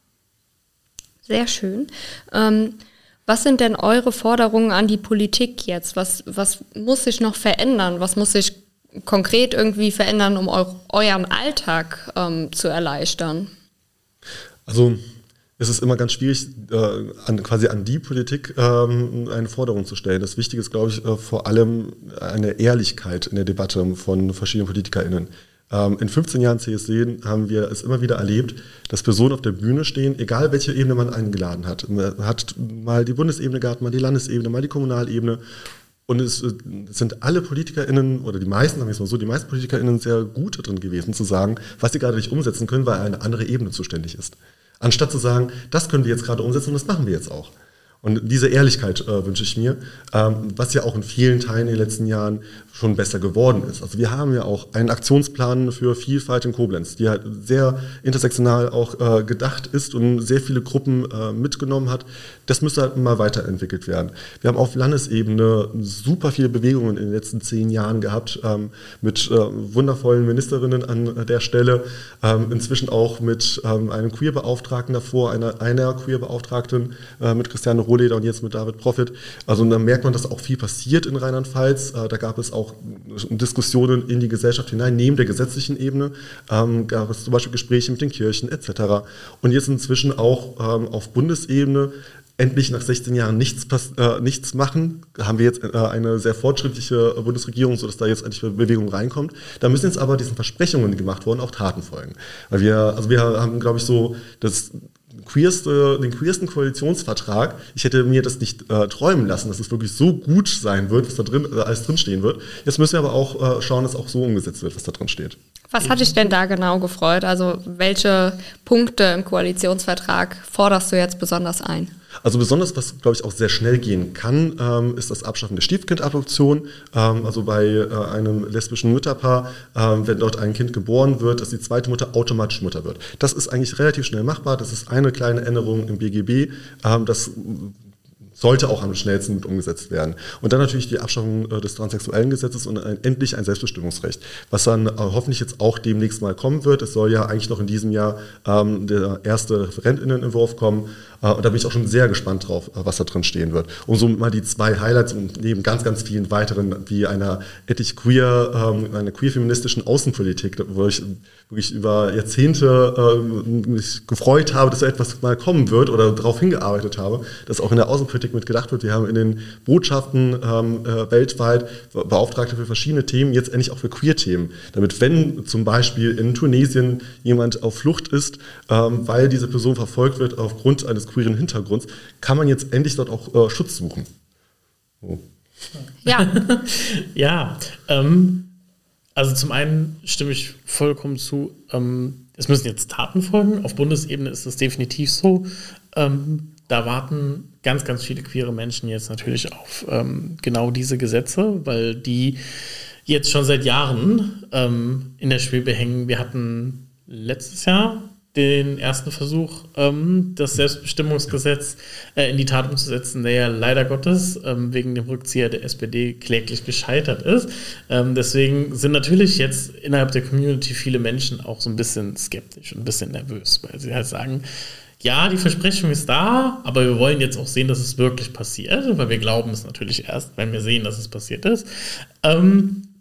Sehr schön. Ähm, was sind denn eure Forderungen an die Politik jetzt? Was, was muss sich noch verändern? Was muss sich konkret irgendwie verändern, um eu- euren Alltag ähm, zu erleichtern? Also es ist immer ganz schwierig, äh, an, quasi an die Politik ähm, eine Forderung zu stellen. Das Wichtige ist, glaube ich, äh, vor allem eine Ehrlichkeit in der Debatte von verschiedenen PolitikerInnen. Ähm, in fünfzehn Jahren C S D haben wir es immer wieder erlebt, dass Personen auf der Bühne stehen, egal welche Ebene man eingeladen hat. Man hat mal die Bundesebene gehabt, mal die Landesebene, mal die Kommunalebene. Und es sind alle PolitikerInnen, oder die meisten, sagen wir es mal so, die meisten PolitikerInnen sehr gut darin gewesen, zu sagen, was sie gerade nicht umsetzen können, weil eine andere Ebene zuständig ist. Anstatt zu sagen, das können wir jetzt gerade umsetzen und das machen wir jetzt auch. Und diese Ehrlichkeit äh, wünsche ich mir, ähm, was ja auch in vielen Teilen in den letzten Jahren schon besser geworden ist. Also wir haben ja auch einen Aktionsplan für Vielfalt in Koblenz, die halt sehr intersektional auch äh, gedacht ist und sehr viele Gruppen äh, mitgenommen hat. Das müsste halt mal weiterentwickelt werden. Wir haben auf Landesebene super viele Bewegungen in den letzten zehn Jahren gehabt, ähm, mit äh, wundervollen Ministerinnen an der Stelle, ähm, inzwischen auch mit ähm, einem Queer-Beauftragten davor, einer, einer Queer-Beauftragten äh, mit Christiane Rohleder und jetzt mit David Profit. Also da merkt man, dass auch viel passiert in Rheinland-Pfalz. Äh, da gab es auch Diskussionen in die Gesellschaft hinein, neben der gesetzlichen Ebene. Ähm, gab es zum Beispiel Gespräche mit den Kirchen et cetera. Und jetzt inzwischen auch ähm, auf Bundesebene endlich nach sechzehn Jahren nichts, äh, nichts machen. Da haben wir jetzt äh, eine sehr fortschrittliche Bundesregierung, sodass da jetzt endlich Bewegung reinkommt. Da müssen jetzt aber diesen Versprechungen, die gemacht wurden, auch Taten folgen. Weil wir, also wir haben, glaube ich, so das queerste, den queersten Koalitionsvertrag. Ich hätte mir das nicht äh, träumen lassen, dass es wirklich so gut sein wird, was da drin äh, alles drinstehen wird. Jetzt müssen wir aber auch äh, schauen, dass auch so umgesetzt wird, was da drin steht. Was hat dich denn da genau gefreut? Also welche Punkte im Koalitionsvertrag forderst du jetzt besonders ein? Also besonders, was, glaube ich, auch sehr schnell gehen kann, ähm, ist das Abschaffen der Stiefkindadoption. Ähm, also bei äh, einem lesbischen Mütterpaar, ähm, wenn dort ein Kind geboren wird, dass die zweite Mutter automatisch Mutter wird. Das ist eigentlich relativ schnell machbar. Das ist eine kleine Änderung im B G B. Ähm, das sollte auch am schnellsten mit umgesetzt werden. Und dann natürlich die Abschaffung äh, des transsexuellen Gesetzes und ein, endlich ein Selbstbestimmungsrecht, was dann äh, hoffentlich jetzt auch demnächst mal kommen wird. Es soll ja eigentlich noch in diesem Jahr ähm, der erste Referentinnenentwurf kommen. Äh, und da bin ich auch schon sehr gespannt drauf, äh, was da drin stehen wird. Und so mal die zwei Highlights und neben ganz, ganz vielen weiteren, wie einer ethisch queer, ähm, einer queer-feministischen Außenpolitik, wo ich wirklich über Jahrzehnte äh, mich gefreut habe, dass so etwas mal kommen wird oder darauf hingearbeitet habe, dass auch in der Außenpolitik mit gedacht wird. Wir haben in den Botschaften ähm, äh, weltweit Beauftragte für verschiedene Themen, jetzt endlich auch für Queer-Themen. Damit, wenn zum Beispiel in Tunesien jemand auf Flucht ist, ähm, weil diese Person verfolgt wird aufgrund eines queeren Hintergrunds, kann man jetzt endlich dort auch äh, Schutz suchen. So. Ja. ja, ähm, also zum einen stimme ich vollkommen zu, ähm, es müssen jetzt Taten folgen. Auf Bundesebene ist es definitiv so. Ähm, da warten ganz, ganz viele queere Menschen jetzt natürlich auf ähm, genau diese Gesetze, weil die jetzt schon seit Jahren ähm, in der Schwebe hängen. Wir hatten letztes Jahr den ersten Versuch, ähm, das Selbstbestimmungsgesetz äh, in die Tat umzusetzen, der ja leider Gottes ähm, wegen dem Rückzieher der S P D kläglich gescheitert ist. Ähm, deswegen sind natürlich jetzt innerhalb der Community viele Menschen auch so ein bisschen skeptisch und ein bisschen nervös, weil sie halt sagen, ja, die Versprechung ist da, aber wir wollen jetzt auch sehen, dass es wirklich passiert, weil wir glauben es natürlich erst, wenn wir sehen, dass es passiert ist. Ähm,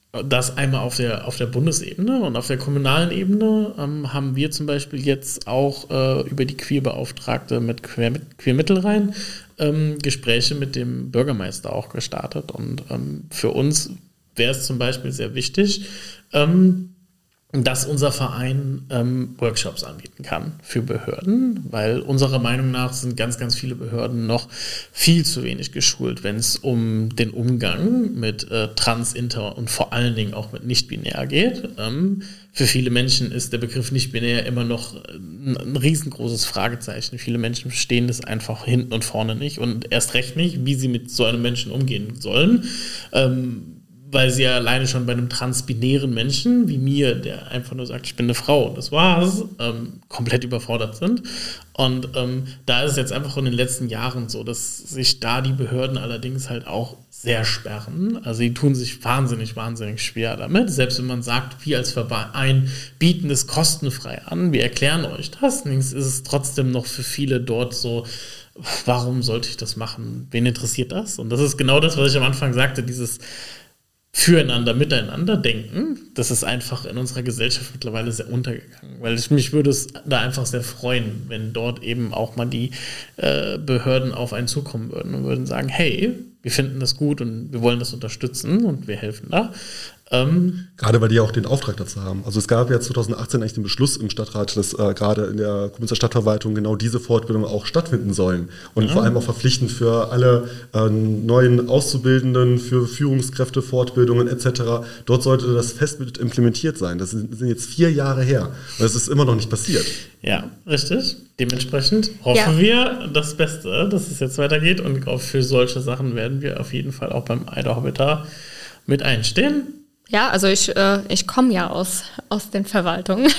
Das einmal auf der, auf der Bundesebene und auf der kommunalen Ebene ähm, haben wir zum Beispiel jetzt auch äh, über die Queerbeauftragte mit Queer, Queer Mittelrhein ähm, Gespräche mit dem Bürgermeister auch gestartet. Und ähm, für uns wäre es zum Beispiel sehr wichtig, ähm, dass unser Verein ähm, Workshops anbieten kann für Behörden, weil unserer Meinung nach sind ganz, ganz viele Behörden noch viel zu wenig geschult, wenn es um den Umgang mit äh, Trans, Inter und vor allen Dingen auch mit Nicht-Binär geht. Ähm, für viele Menschen ist der Begriff Nicht-Binär immer noch ein, ein riesengroßes Fragezeichen. Viele Menschen verstehen das einfach hinten und vorne nicht und erst recht nicht, wie sie mit so einem Menschen umgehen sollen. Ähm, weil sie ja alleine schon bei einem transbinären Menschen wie mir, der einfach nur sagt, ich bin eine Frau, das war's, ähm, komplett überfordert sind. Und ähm, da ist es jetzt einfach in den letzten Jahren so, dass sich da die Behörden allerdings halt auch sehr sperren. Also sie tun sich wahnsinnig, wahnsinnig schwer damit. Selbst wenn man sagt, wir als Verein bieten es kostenfrei an, wir erklären euch das, allerdings ist es trotzdem noch für viele dort so, warum sollte ich das machen? Wen interessiert das? Und das ist genau das, was ich am Anfang sagte, dieses Füreinander, miteinander denken, das ist einfach in unserer Gesellschaft mittlerweile sehr untergegangen, weil ich, mich würde es da einfach sehr freuen, wenn dort eben auch mal die äh, Behörden auf einen zukommen würden und würden sagen, hey, wir finden das gut und wir wollen das unterstützen und wir helfen da. Ähm, gerade weil die ja auch den Auftrag dazu haben. Also es gab ja zwanzig achtzehn eigentlich den Beschluss im Stadtrat, dass äh, gerade in der Koblenzer Stadtverwaltung genau diese Fortbildungen auch stattfinden sollen. Und ja. vor allem auch verpflichtend für alle äh, neuen Auszubildenden, für Führungskräfte, Fortbildungen et cetera. Dort sollte das fest mit implementiert sein. Das sind, sind jetzt vier Jahre her. Und es ist immer noch nicht passiert. Ja, richtig. Dementsprechend hoffen ja. wir das Beste, dass es jetzt weitergeht. Und auch für solche Sachen werden wir auf jeden Fall auch beim Eider Hobbiter mit einstehen. Ja, also ich, äh, ich komme ja aus, aus den Verwaltungen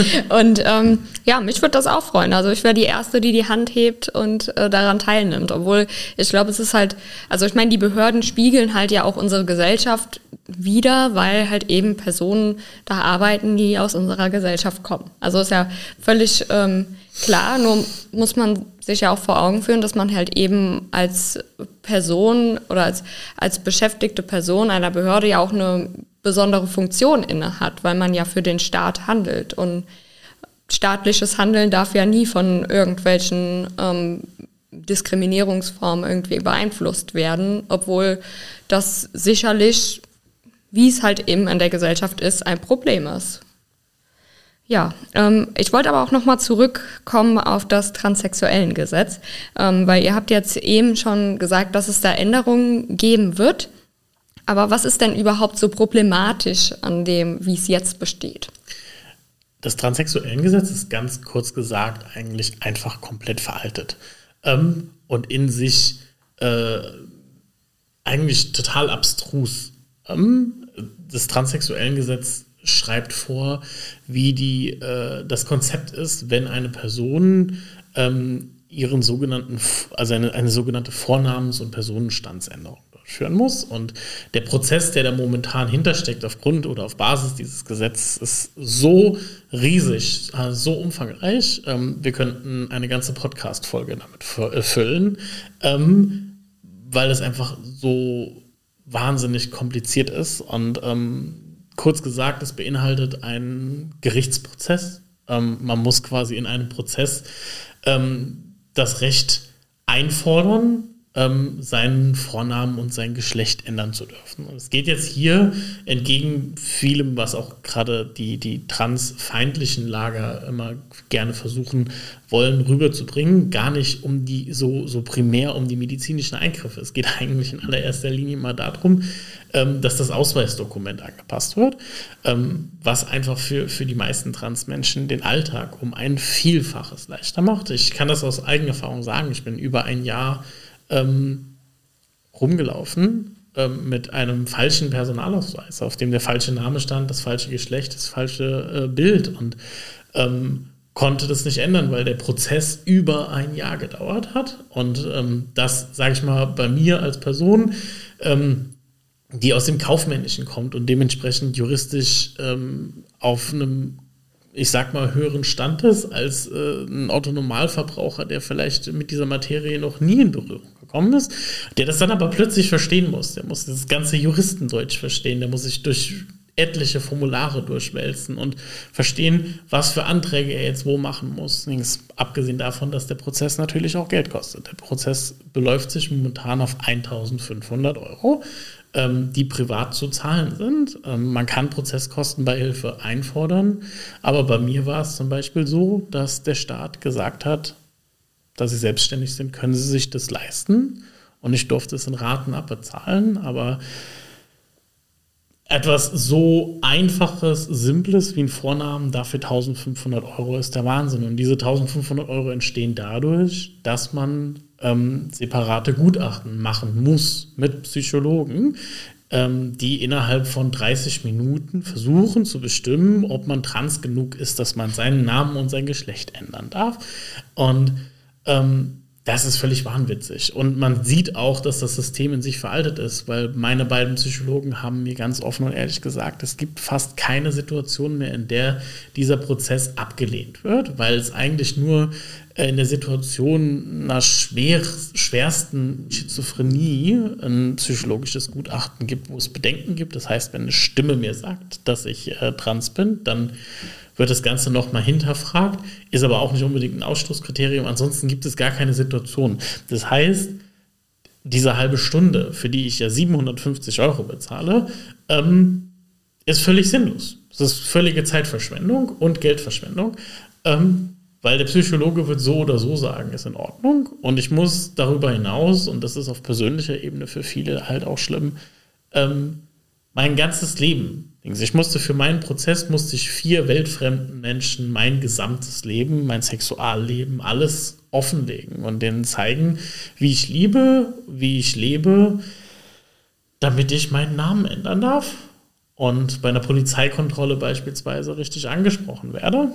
und ähm, ja, mich würde das auch freuen. Also ich wäre die Erste, die die Hand hebt und äh, daran teilnimmt, obwohl ich glaube, es ist halt, also ich meine, die Behörden spiegeln halt ja auch unsere Gesellschaft wider, weil halt eben Personen da arbeiten, die aus unserer Gesellschaft kommen. Also ist ja völlig ähm, klar, nur muss man sich ja auch vor Augen führen, dass man halt eben als Person oder als, als beschäftigte Person einer Behörde ja auch eine besondere Funktion inne hat, weil man ja für den Staat handelt. Und staatliches Handeln darf ja nie von irgendwelchen ähm, Diskriminierungsformen irgendwie beeinflusst werden, obwohl das sicherlich, wie es halt eben in der Gesellschaft ist, ein Problem ist. Ja, ähm, ich wollte aber auch nochmal zurückkommen auf das Transsexuellengesetz, ähm, weil ihr habt jetzt eben schon gesagt, dass es da Änderungen geben wird. Aber was ist denn überhaupt so problematisch an dem, wie es jetzt besteht? Das Transsexuellengesetz ist ganz kurz gesagt eigentlich einfach komplett veraltet ähm, und in sich äh, eigentlich total abstrus. Ähm, das Transsexuellengesetz schreibt vor, wie die, äh, das Konzept ist, wenn eine Person ähm, ihren sogenannten, also eine, eine sogenannte Vornamens- und Personenstandsänderung durchführen muss. Und der Prozess, der da momentan hintersteckt, aufgrund oder auf Basis dieses Gesetzes, ist so riesig, so umfangreich. Ähm, wir könnten eine ganze Podcast-Folge damit füllen, ähm, weil es einfach so wahnsinnig kompliziert ist. Und ähm, kurz gesagt, es beinhaltet einen Gerichtsprozess. Ähm, man muss quasi in einem Prozess ähm, das Recht einfordern, ähm, seinen Vornamen und sein Geschlecht ändern zu dürfen. Und es geht jetzt hier entgegen vielem, was auch gerade die, die transfeindlichen Lager immer gerne versuchen wollen, rüberzubringen, gar nicht um die so, so primär um die medizinischen Eingriffe. Es geht eigentlich in allererster Linie mal darum, ähm, dass das Ausweisdokument angepasst wird, ähm, was einfach für, für die meisten Transmenschen den Alltag um ein Vielfaches leichter macht. Ich kann das aus eigener Erfahrung sagen. Ich bin über ein Jahr ähm, rumgelaufen ähm, mit einem falschen Personalausweis, auf dem der falsche Name stand, das falsche Geschlecht, das falsche äh, Bild und ähm, konnte das nicht ändern, weil der Prozess über ein Jahr gedauert hat. Und ähm, das, sage ich mal, bei mir als Person, ähm, die aus dem Kaufmännischen kommt und dementsprechend juristisch ähm, auf einem, ich sag mal, höheren Stand ist als äh, ein Autonormalverbraucher, der vielleicht mit dieser Materie noch nie in Berührung gekommen gekommen ist, der das dann aber plötzlich verstehen muss. Der muss das ganze Juristendeutsch verstehen, der muss sich durch etliche Formulare durchwälzen und verstehen, was für Anträge er jetzt wo machen muss. Abgesehen davon, dass der Prozess natürlich auch Geld kostet. Der Prozess beläuft sich momentan auf eintausendfünfhundert Euro, ähm, die privat zu zahlen sind. Ähm, man kann Prozesskostenbeihilfe einfordern, aber bei mir war es zum Beispiel so, dass der Staat gesagt hat, da sie selbstständig sind, können sie sich das leisten und ich durfte es in Raten abbezahlen, aber etwas so Einfaches, Simples wie ein Vornamen dafür eintausendfünfhundert Euro ist der Wahnsinn. Und diese eintausendfünfhundert Euro entstehen dadurch, dass man ähm, separate Gutachten machen muss mit Psychologen, ähm, die innerhalb von dreißig Minuten versuchen zu bestimmen, ob man trans genug ist, dass man seinen Namen und sein Geschlecht ändern darf. Und ähm, das ist völlig wahnwitzig. Und man sieht auch, dass das System in sich veraltet ist, weil meine beiden Psychologen haben mir ganz offen und ehrlich gesagt, es gibt fast keine Situation mehr, in der dieser Prozess abgelehnt wird, weil es eigentlich nur in der Situation einer schwer, schwersten Schizophrenie ein psychologisches Gutachten gibt, wo es Bedenken gibt. Das heißt, wenn eine Stimme mir sagt, dass ich äh, trans bin, dann wird das Ganze nochmal hinterfragt, ist aber auch nicht unbedingt ein Ausschlusskriterium. Ansonsten gibt es gar keine Situation. Das heißt, diese halbe Stunde, für die ich ja siebenhundertfünfzig Euro bezahle, ähm, ist völlig sinnlos. Das ist völlige Zeitverschwendung und Geldverschwendung, ähm, weil der Psychologe wird so oder so sagen, ist in Ordnung. Und ich muss darüber hinaus, und das ist auf persönlicher Ebene für viele halt auch schlimm, ähm, mein ganzes Leben. Ich musste für meinen Prozess, musste ich vier weltfremden Menschen mein gesamtes Leben, mein Sexualleben, alles offenlegen und denen zeigen, wie ich liebe, wie ich lebe, damit ich meinen Namen ändern darf und bei einer Polizeikontrolle beispielsweise richtig angesprochen werde.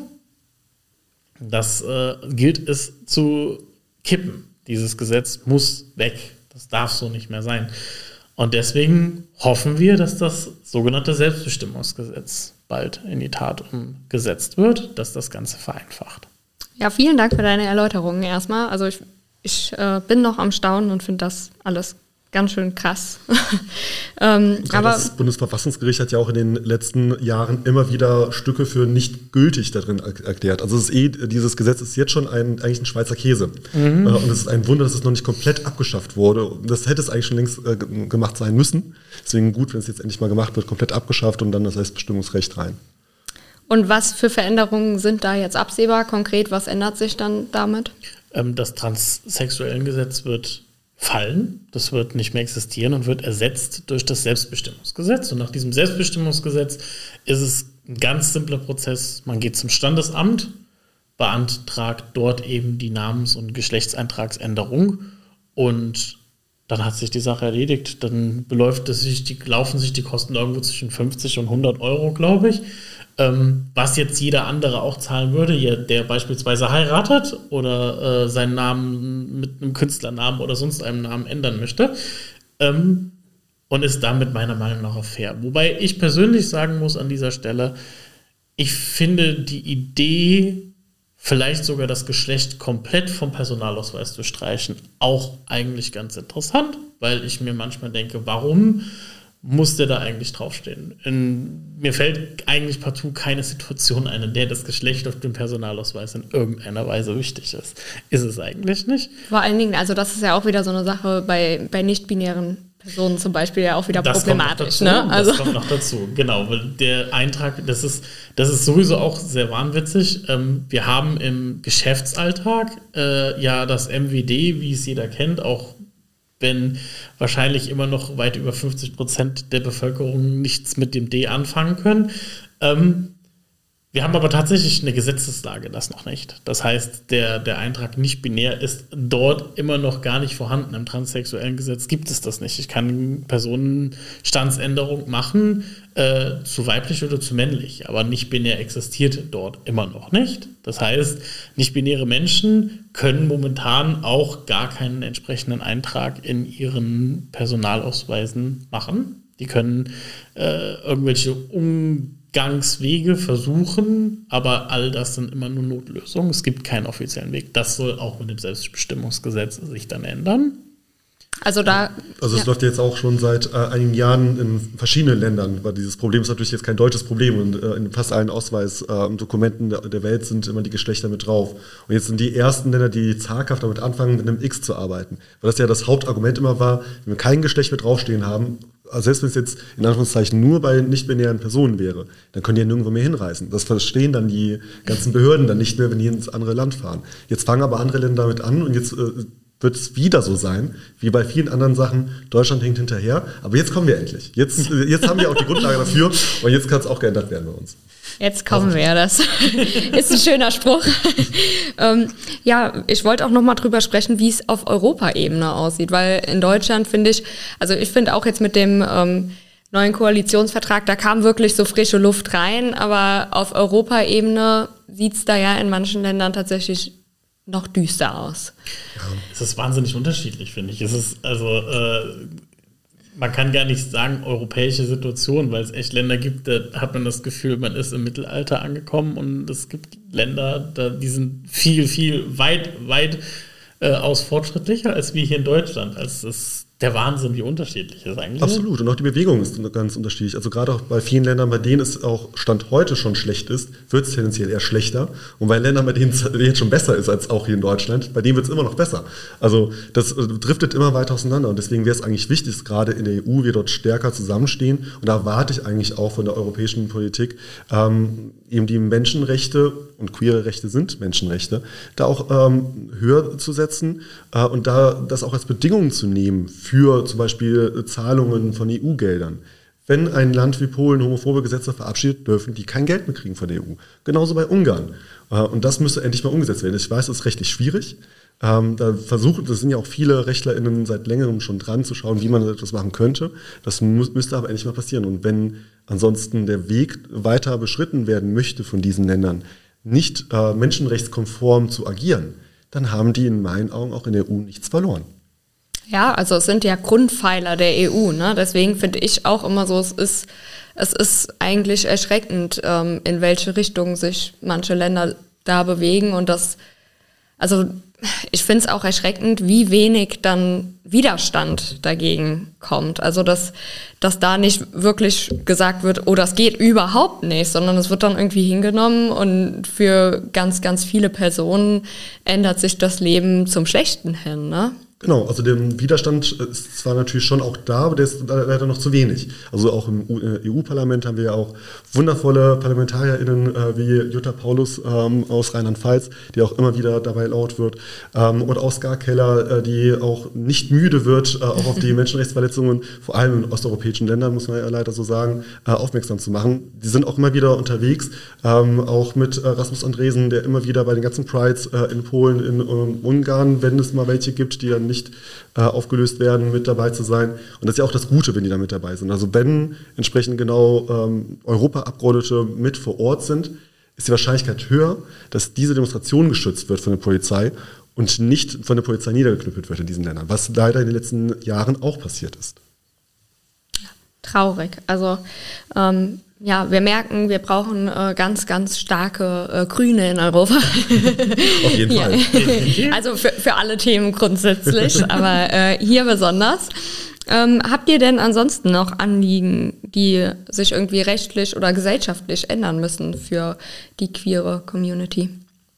Das äh, gilt es zu kippen. Dieses Gesetz muss weg. Das darf so nicht mehr sein. Und deswegen hoffen wir, dass das sogenannte Selbstbestimmungsgesetz bald in die Tat umgesetzt wird, dass das Ganze vereinfacht. Ja, vielen Dank für deine Erläuterungen erstmal. Also ich, ich äh, bin noch am Staunen und finde das alles ganz schön krass. ähm, ja, aber das Bundesverfassungsgericht hat ja auch in den letzten Jahren immer wieder Stücke für nicht gültig darin erklärt. Also es ist eh, dieses Gesetz ist jetzt schon ein, eigentlich ein Schweizer Käse. Mhm. Äh, und es ist ein Wunder, dass es noch nicht komplett abgeschafft wurde. Das hätte es eigentlich schon längst äh, gemacht sein müssen. Deswegen gut, wenn es jetzt endlich mal gemacht wird, komplett abgeschafft und dann das Selbstbestimmungsrecht rein. Und was für Veränderungen sind da jetzt absehbar? Konkret, was ändert sich dann damit? Ähm, das Transsexuellengesetz wird fallen. Das wird nicht mehr existieren und wird ersetzt durch das Selbstbestimmungsgesetz. Und nach diesem Selbstbestimmungsgesetz ist es ein ganz simpler Prozess. Man geht zum Standesamt, beantragt dort eben die Namens- und Geschlechtseintragsänderung und dann hat sich die Sache erledigt. Dann beläuft es sich, die, laufen sich die Kosten irgendwo zwischen fünfzig und hundert Euro, glaube ich. Ähm, was jetzt jeder andere auch zahlen würde, der beispielsweise heiratet oder äh, seinen Namen mit einem Künstlernamen oder sonst einem Namen ändern möchte, ähm, und ist damit meiner Meinung nach auch fair. Wobei ich persönlich sagen muss an dieser Stelle, ich finde die Idee, vielleicht sogar das Geschlecht komplett vom Personalausweis zu streichen, auch eigentlich ganz interessant, weil ich mir manchmal denke, warum muss der da eigentlich draufstehen? In, mir fällt eigentlich partout keine Situation ein, in der das Geschlecht auf dem Personalausweis in irgendeiner Weise wichtig ist. Ist es eigentlich nicht. Vor allen Dingen, also das ist ja auch wieder so eine Sache bei, bei nicht-binären Personen zum Beispiel ja auch wieder das problematisch. Kommt noch dazu, ne? Also. Das kommt noch dazu, genau. Weil der Eintrag, das ist, das ist sowieso auch sehr wahnwitzig. Ähm, wir haben im Geschäftsalltag äh, ja das M W D, wie es jeder kennt, auch wenn wahrscheinlich immer noch weit über fünfzig Prozent der Bevölkerung nichts mit dem D anfangen können. Ähm, wir haben aber tatsächlich eine Gesetzeslage, das noch nicht. Das heißt, der, der Eintrag nicht binär ist dort immer noch gar nicht vorhanden. Im transsexuellen Gesetz gibt es das nicht. Ich kann Personenstandsänderung machen, äh, zu weiblich oder zu männlich, aber nicht binär existiert dort immer noch nicht. Das heißt, nicht-binäre Menschen können momentan auch gar keinen entsprechenden Eintrag in ihren Personalausweisen machen. Die können äh, irgendwelche Umgangswege versuchen, aber all das sind immer nur Notlösungen. Es gibt keinen offiziellen Weg. Das soll auch mit dem Selbstbestimmungsgesetz sich dann ändern. Also da. Also es ja. läuft jetzt auch schon seit äh, einigen Jahren in verschiedenen Ländern, weil dieses Problem ist natürlich jetzt kein deutsches Problem und äh, in fast allen Ausweisdokumenten äh, der, der Welt sind immer die Geschlechter mit drauf. Und jetzt sind die ersten Länder, die zaghaft damit anfangen, mit einem X zu arbeiten. Weil das ja das Hauptargument immer war, wenn wir kein Geschlecht mit draufstehen haben, also selbst wenn es jetzt in Anführungszeichen nur bei nicht-binären Personen wäre, dann können die ja nirgendwo mehr hinreisen. Das verstehen dann die ganzen Behörden dann nicht mehr, wenn die ins andere Land fahren. Jetzt fangen aber andere Länder damit an und jetzt äh, wird es wieder so sein, wie bei vielen anderen Sachen. Deutschland hängt hinterher, aber jetzt kommen wir endlich. Jetzt, jetzt haben wir auch die Grundlage dafür und jetzt kann es auch geändert werden bei uns. Jetzt kommen wir, das ist ein schöner Spruch. ähm, ja, ich wollte auch noch mal drüber sprechen, wie es auf Europaebene aussieht, weil in Deutschland finde ich, also ich finde auch jetzt mit dem ähm, neuen Koalitionsvertrag, da kam wirklich so frische Luft rein, aber auf Europaebene sieht es da ja in manchen Ländern tatsächlich noch düster aus. Ja. Es ist wahnsinnig unterschiedlich, finde ich. Es ist also äh, man kann gar nicht sagen europäische Situation, weil es echt Länder gibt, da hat man das Gefühl, man ist im Mittelalter angekommen und es gibt Länder, da, die sind viel, viel weit, weit äh, aus fortschrittlicher als wir hier in Deutschland. Also es ist der Wahnsinn, wie unterschiedlich es eigentlich ist. Absolut. Und auch die Bewegung ist ganz unterschiedlich. Also gerade auch bei vielen Ländern, bei denen es auch Stand heute schon schlecht ist, wird es tendenziell eher schlechter. Und bei Ländern, bei denen es jetzt schon besser ist als auch hier in Deutschland, bei denen wird es immer noch besser. Also das driftet immer weiter auseinander. Und deswegen wäre es eigentlich wichtig, dass gerade in der E U wir dort stärker zusammenstehen. Und da erwarte ich eigentlich auch von der europäischen Politik, ähm, eben die Menschenrechte und queere Rechte sind Menschenrechte, da auch ähm, höher zu setzen äh, und da das auch als Bedingung zu nehmen für zum Beispiel Zahlungen von E U-Geldern. Wenn ein Land wie Polen homophobe Gesetze verabschiedet, dürfen die kein Geld mehr kriegen von der E U. Genauso bei Ungarn. Äh, und das müsste endlich mal umgesetzt werden. Ich weiß, das ist rechtlich schwierig. Ähm, da versuchen, das sind ja auch viele RechtlerInnen seit längerem schon dran, zu schauen, wie man das machen könnte. Das muss, müsste aber endlich mal passieren. Und wenn ansonsten der Weg weiter beschritten werden möchte von diesen Ländern, nicht äh, menschenrechtskonform zu agieren, dann haben die in meinen Augen auch in der E U nichts verloren. Ja, also es sind ja Grundpfeiler der E U, ne? Deswegen finde ich auch immer so, es ist, es ist eigentlich erschreckend, ähm, in welche Richtung sich manche Länder da bewegen und das, also ich finde es auch erschreckend, wie wenig dann Widerstand dagegen kommt. Also dass, dass da nicht wirklich gesagt wird, oh, das geht überhaupt nicht, sondern es wird dann irgendwie hingenommen und für ganz, ganz viele Personen ändert sich das Leben zum Schlechten hin, ne? Genau, also der Widerstand ist zwar natürlich schon auch da, aber der ist leider noch zu wenig. Also auch im E U-Parlament haben wir ja auch wundervolle ParlamentarierInnen äh, wie Jutta Paulus ähm, aus Rheinland-Pfalz, die auch immer wieder dabei laut wird. Ähm, und Oskar Keller, äh, die auch nicht müde wird, äh, auch auf die Menschenrechtsverletzungen, vor allem in osteuropäischen Ländern, muss man ja leider so sagen, äh, aufmerksam zu machen. Die sind auch immer wieder unterwegs, ähm, auch mit äh, Rasmus Andresen, der immer wieder bei den ganzen Prides äh, in Polen, in ähm, Ungarn, wenn es mal welche gibt, die dann nicht äh, aufgelöst werden, mit dabei zu sein. Und das ist ja auch das Gute, wenn die da mit dabei sind. Also wenn entsprechend genau ähm, Europaabgeordnete mit vor Ort sind, ist die Wahrscheinlichkeit höher, dass diese Demonstration geschützt wird von der Polizei und nicht von der Polizei niedergeknüppelt wird in diesen Ländern, was leider in den letzten Jahren auch passiert ist. Traurig. Also ähm ja, wir merken, wir brauchen äh, ganz, ganz starke äh, Grüne in Europa. Auf jeden Fall. Ja. Also für, für alle Themen grundsätzlich, aber äh, hier besonders. Ähm, habt ihr denn ansonsten noch Anliegen, die sich irgendwie rechtlich oder gesellschaftlich ändern müssen für die queere Community?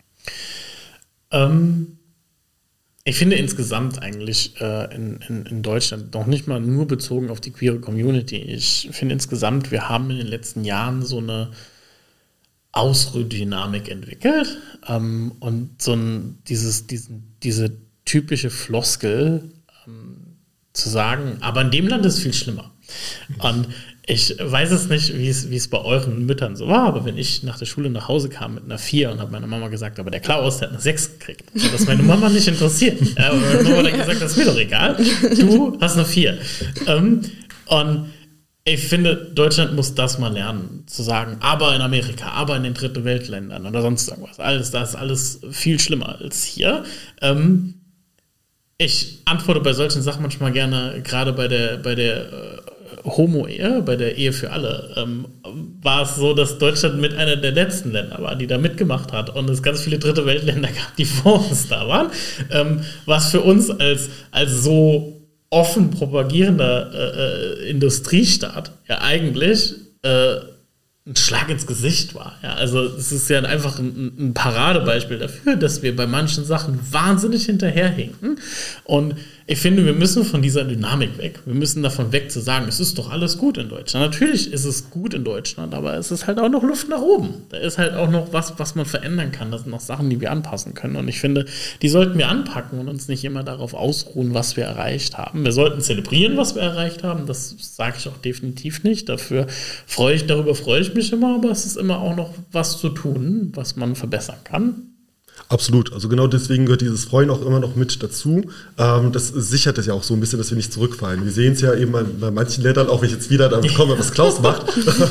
Ähm, ich finde insgesamt eigentlich äh, in, in, in Deutschland noch nicht mal nur bezogen auf die queere Community. Ich finde insgesamt, wir haben in den letzten Jahren so eine Ausrührdynamik entwickelt ähm, und so ein, dieses, diesen, diese typische Floskel ähm, zu sagen, aber in dem Land ist es viel schlimmer. Und ich weiß es nicht, wie es, wie es bei euren Müttern so war, aber wenn ich nach der Schule nach Hause kam mit einer vier und habe meiner Mama gesagt, aber der Klaus, der hat eine sechs gekriegt, hat das meine Mama nicht interessiert. Ja, aber meine Mama hat gesagt, das ist mir doch egal, du hast eine vier. Ähm, und ich finde, Deutschland muss das mal lernen, zu sagen, aber in Amerika, aber in den dritten Weltländern oder sonst irgendwas, alles, das ist alles viel schlimmer als hier. Ähm, ich antworte bei solchen Sachen manchmal gerne, gerade bei der, bei der äh, Homo-Ehe, bei der Ehe für alle, ähm, war es so, dass Deutschland mit einer der letzten Länder war, die da mitgemacht hat und es ganz viele dritte Weltländer gab, die vor uns da waren, ähm, was für uns als, als so offen propagierender äh, Industriestaat ja eigentlich äh, ein Schlag ins Gesicht war. Ja, also es ist ja einfach ein, ein Paradebeispiel dafür, dass wir bei manchen Sachen wahnsinnig hinterherhinken. Und ich finde, wir müssen von dieser Dynamik weg. Wir müssen davon weg zu sagen, es ist doch alles gut in Deutschland. Natürlich ist es gut in Deutschland, aber es ist halt auch noch Luft nach oben. Da ist halt auch noch was, was man verändern kann. Das sind noch Sachen, die wir anpassen können. Und ich finde, die sollten wir anpacken und uns nicht immer darauf ausruhen, was wir erreicht haben. Wir sollten zelebrieren, was wir erreicht haben. Das sage ich auch definitiv nicht. Dafür freue ich, darüber freue ich mich immer, aber es ist immer auch noch was zu tun, was man verbessern kann. Absolut, also genau deswegen gehört dieses Freuen auch immer noch mit dazu. Ähm, das sichert es ja auch so ein bisschen, dass wir nicht zurückfallen. Wir sehen es ja eben bei, bei manchen Ländern, auch wenn ich jetzt wieder damit komme, was Klaus macht,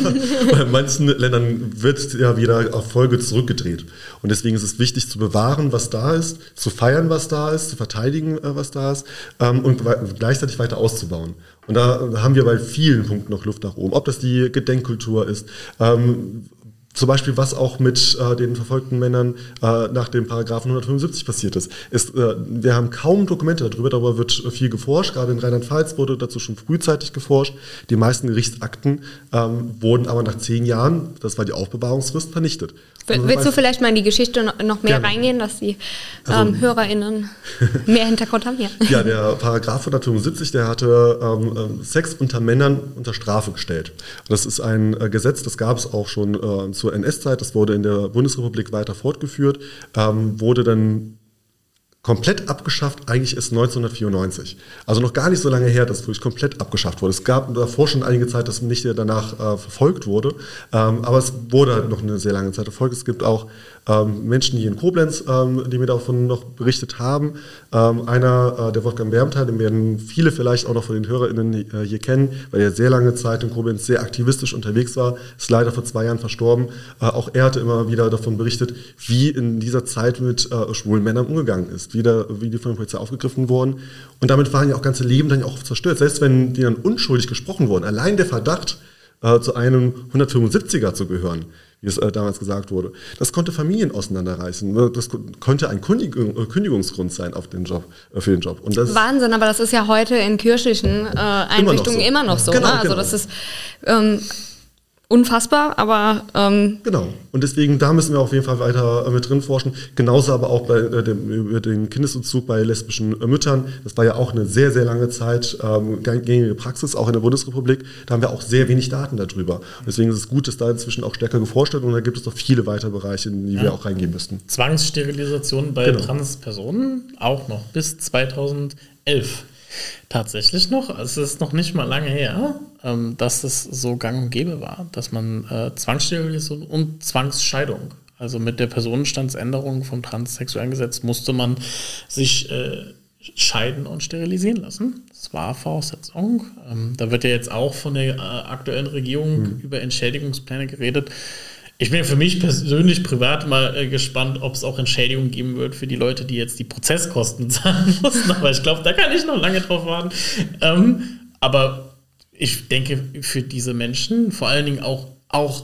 bei manchen Ländern wird ja wieder auf Folge zurückgedreht. Und deswegen ist es wichtig zu bewahren, was da ist, zu feiern, was da ist, zu verteidigen, äh, was da ist ähm, und gleichzeitig weiter auszubauen. Und da haben wir bei vielen Punkten noch Luft nach oben. Ob das die Gedenkkultur ist, ähm, zum Beispiel, was auch mit äh, den verfolgten Männern äh, nach dem Paragraphen hundertfünfundsiebzig passiert ist. ist äh, wir haben kaum Dokumente darüber, darüber wird viel geforscht. Gerade in Rheinland-Pfalz wurde dazu schon frühzeitig geforscht. Die meisten Gerichtsakten ähm, wurden aber nach zehn Jahren, das war die Aufbewahrungsfrist, vernichtet. Also willst du vielleicht mal in die Geschichte noch mehr Gerne. reingehen, dass die ähm, also, HörerInnen mehr Hintergrund haben? Ja, ja, der Paragraph hundertfünfundsiebzig, der hatte ähm, Sex unter Männern unter Strafe gestellt. Das ist ein äh, Gesetz, das gab es auch schon äh, zur N S-Zeit, das wurde in der Bundesrepublik weiter fortgeführt, ähm, wurde dann komplett abgeschafft, eigentlich ist neunzehnhundertvierundneunzig. Also noch gar nicht so lange her, dass es wirklich komplett abgeschafft wurde. Es gab davor schon einige Zeit, dass nicht danach äh, verfolgt wurde, ähm, aber es wurde halt noch eine sehr lange Zeit verfolgt. Es gibt auch ähm, Menschen hier in Koblenz, ähm, die mir davon noch berichtet haben. Ähm, einer, äh, der Wolfgang Bermtal, den werden viele vielleicht auch noch von den HörerInnen äh, hier kennen, weil er sehr lange Zeit in Koblenz sehr aktivistisch unterwegs war, ist leider vor zwei Jahren verstorben. Äh, auch er hatte immer wieder davon berichtet, wie in dieser Zeit mit äh, schwulen Männern umgegangen ist. Wieder, wie die von der Polizei aufgegriffen wurden. Und damit waren ja auch ganze Leben dann auch zerstört. Selbst wenn die dann unschuldig gesprochen wurden, allein der Verdacht, äh, zu einem hundertfünfundsiebziger zu gehören, wie es äh, damals gesagt wurde, das konnte Familien auseinanderreißen. Das konnte ein Kündigung, äh, Kündigungsgrund sein auf den Job, äh, für den Job. Und das Wahnsinn, aber das ist ja heute in kirchlichen äh, Einrichtungen immer noch so. Immer noch so genau, ne? Also genau. das ist ähm, unfassbar, aber ähm genau. Und deswegen, da müssen wir auf jeden Fall weiter äh, mit drin forschen. Genauso aber auch bei äh, dem, über den Kindesumzug bei lesbischen äh, Müttern. Das war ja auch eine sehr, sehr lange Zeit ähm, gängige Praxis, auch in der Bundesrepublik. Da haben wir auch sehr wenig Daten darüber. Und deswegen ist es gut, dass da inzwischen auch stärker geforscht wird. Und da gibt es noch viele weitere Bereiche, in die ja. wir auch reingehen müssten. Zwangssterilisation bei genau. Transpersonen auch noch bis zweitausendelf. Tatsächlich noch, es ist noch nicht mal lange her, ähm, dass es so gang und gäbe war, dass man äh, Zwangssterilisation und Zwangsscheidung, also mit der Personenstandsänderung vom transsexuellen Gesetz musste man sich äh, scheiden und sterilisieren lassen. Das war Voraussetzung. Ähm, da wird ja jetzt auch von der äh, aktuellen Regierung mhm. über Entschädigungspläne geredet. Ich bin für mich persönlich privat mal äh, gespannt, ob es auch Entschädigungen geben wird für die Leute, die jetzt die Prozesskosten zahlen mussten. Aber ich glaube, da kann ich noch lange drauf warten. Ähm, aber ich denke, für diese Menschen, vor allen Dingen auch, auch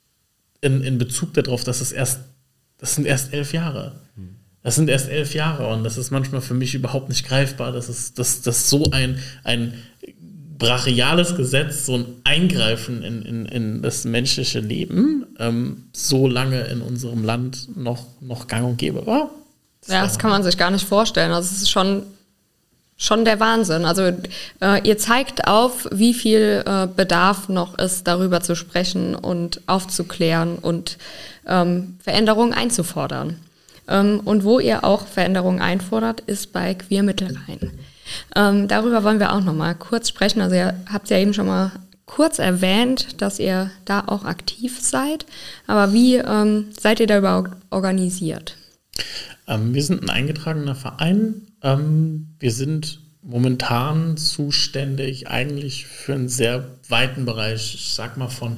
in, in Bezug darauf, dass es erst, das sind erst elf Jahre. Das sind erst elf Jahre und das ist manchmal für mich überhaupt nicht greifbar, dass es, dass, dass so ein, ein brachiales Gesetz, so ein Eingreifen in, in, in das menschliche Leben ähm, so lange in unserem Land noch, noch gang und gäbe war. Das ja, das kann man sich gar nicht vorstellen. Also es ist schon, schon der Wahnsinn. Also äh, ihr zeigt auf, wie viel äh, Bedarf noch ist, darüber zu sprechen und aufzuklären und ähm, Veränderungen einzufordern. Ähm, und wo ihr auch Veränderungen einfordert, ist bei Queer Mittelrhein. Ähm, darüber wollen wir auch noch mal kurz sprechen. Also ihr habt ja eben schon mal kurz erwähnt, dass ihr da auch aktiv seid. Aber wie ähm, seid ihr da überhaupt organisiert? Ähm, wir sind ein eingetragener Verein. Ähm, wir sind momentan zuständig eigentlich für einen sehr weiten Bereich. Ich sag mal von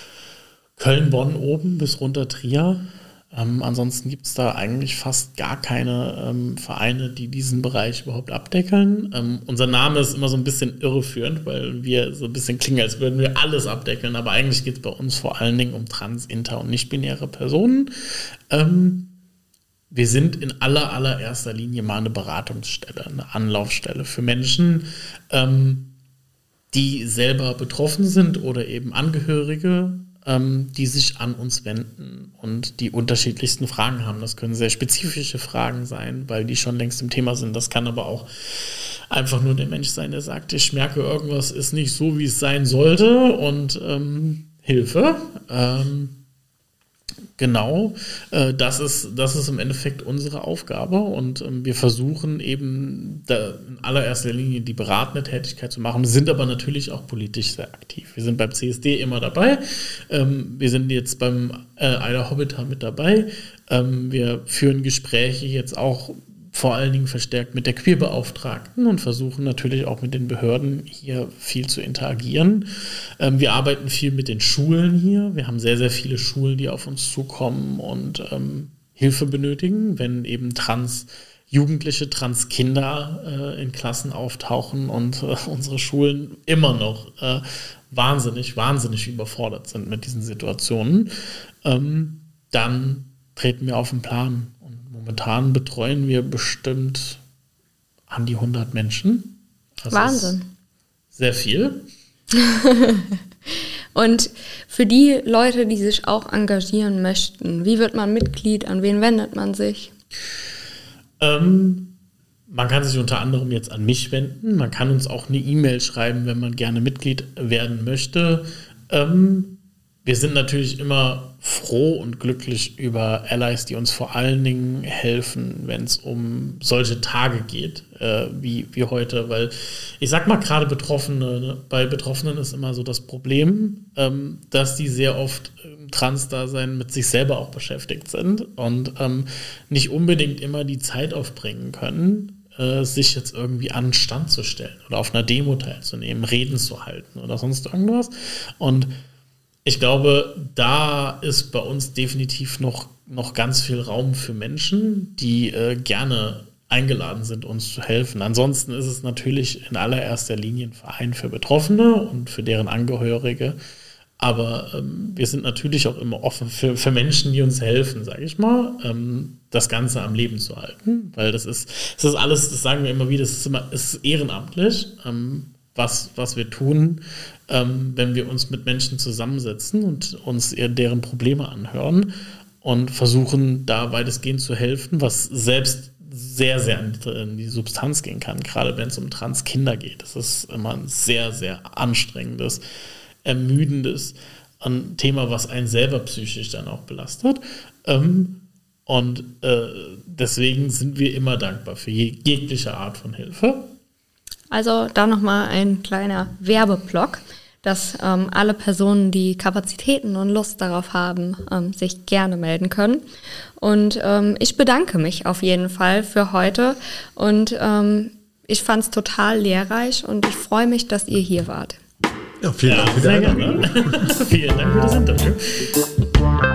Köln-Bonn oben bis runter Trier. Ähm, ansonsten gibt es da eigentlich fast gar keine ähm, Vereine, die diesen Bereich überhaupt abdeckeln. Ähm, unser Name ist immer so ein bisschen irreführend, weil wir so ein bisschen klingen, als würden wir alles abdeckeln. Aber eigentlich geht es bei uns vor allen Dingen um trans-, inter- und nicht-binäre Personen. Ähm, wir sind in aller, allererster Linie mal eine Beratungsstelle, eine Anlaufstelle für Menschen, ähm, die selber betroffen sind oder eben Angehörige, ähm, die sich an uns wenden und die unterschiedlichsten Fragen haben. Das können sehr spezifische Fragen sein, weil die schon längst im Thema sind. Das kann aber auch einfach nur der Mensch sein, der sagt, ich merke, irgendwas ist nicht so, wie es sein sollte und ähm, Hilfe. Ähm, Genau, äh, das ist, das ist im Endeffekt unsere Aufgabe und ähm, wir versuchen eben da in allererster Linie die beratende Tätigkeit zu machen, sind aber natürlich auch politisch sehr aktiv. Wir sind beim C S D immer dabei, ähm, wir sind jetzt beim äh, Eider Hobbiter mit dabei, ähm, wir führen Gespräche jetzt auch vor allen Dingen verstärkt mit der Queerbeauftragten und versuchen natürlich auch mit den Behörden hier viel zu interagieren. Ähm, wir arbeiten viel mit den Schulen hier. Wir haben sehr, sehr viele Schulen, die auf uns zukommen und ähm, Hilfe benötigen, wenn eben trans Jugendliche, Trans-Kinder äh, in Klassen auftauchen und äh, unsere Schulen immer noch äh, wahnsinnig, wahnsinnig überfordert sind mit diesen Situationen. Ähm, dann treten wir auf den Plan. Momentan betreuen wir bestimmt an die hundert Menschen. Das Wahnsinn. Sehr viel. Und für die Leute, die sich auch engagieren möchten, wie wird man Mitglied? An wen wendet man sich? Ähm, man kann sich unter anderem jetzt an mich wenden. Man kann uns auch eine E-Mail schreiben, wenn man gerne Mitglied werden möchte. Ähm, wir sind natürlich immer froh und glücklich über Allies, die uns vor allen Dingen helfen, wenn es um solche Tage geht, äh, wie, wie heute. Weil ich sag mal, gerade Betroffene, ne, bei Betroffenen ist immer so das Problem, ähm, dass die sehr oft im Trans-Dasein mit sich selber auch beschäftigt sind und ähm, nicht unbedingt immer die Zeit aufbringen können, äh, sich jetzt irgendwie an den Stand zu stellen oder auf einer Demo teilzunehmen, Reden zu halten oder sonst irgendwas. Und ich glaube, da ist bei uns definitiv noch, noch ganz viel Raum für Menschen, die äh, gerne eingeladen sind, uns zu helfen. Ansonsten ist es natürlich in allererster Linie ein Verein für Betroffene und für deren Angehörige. Aber ähm, wir sind natürlich auch immer offen für, für Menschen, die uns helfen, sage ich mal, ähm, das Ganze am Leben zu halten. Weil das ist, das ist alles, das sagen wir immer wieder, das ist, immer, es ist ehrenamtlich. Ähm, Was, was wir tun, ähm, wenn wir uns mit Menschen zusammensetzen und uns eher deren Probleme anhören und versuchen, da weitestgehend zu helfen, was selbst sehr, sehr in die Substanz gehen kann, gerade wenn es um Trans-Kinder geht. Das ist immer ein sehr, sehr anstrengendes, ermüdendes ein Thema, was einen selber psychisch dann auch belastet. Ähm, und äh, deswegen sind wir immer dankbar für jeg- jegliche Art von Hilfe. Also da nochmal ein kleiner Werbeblock, dass ähm, alle Personen, die Kapazitäten und Lust darauf haben, ähm, sich gerne melden können. Und ähm, ich bedanke mich auf jeden Fall für heute und ähm, ich fand es total lehrreich und ich freue mich, dass ihr hier wart. Ja, vielen Ja, Dank für die sehr Einladung. gerne. Vielen Dank für das Interview.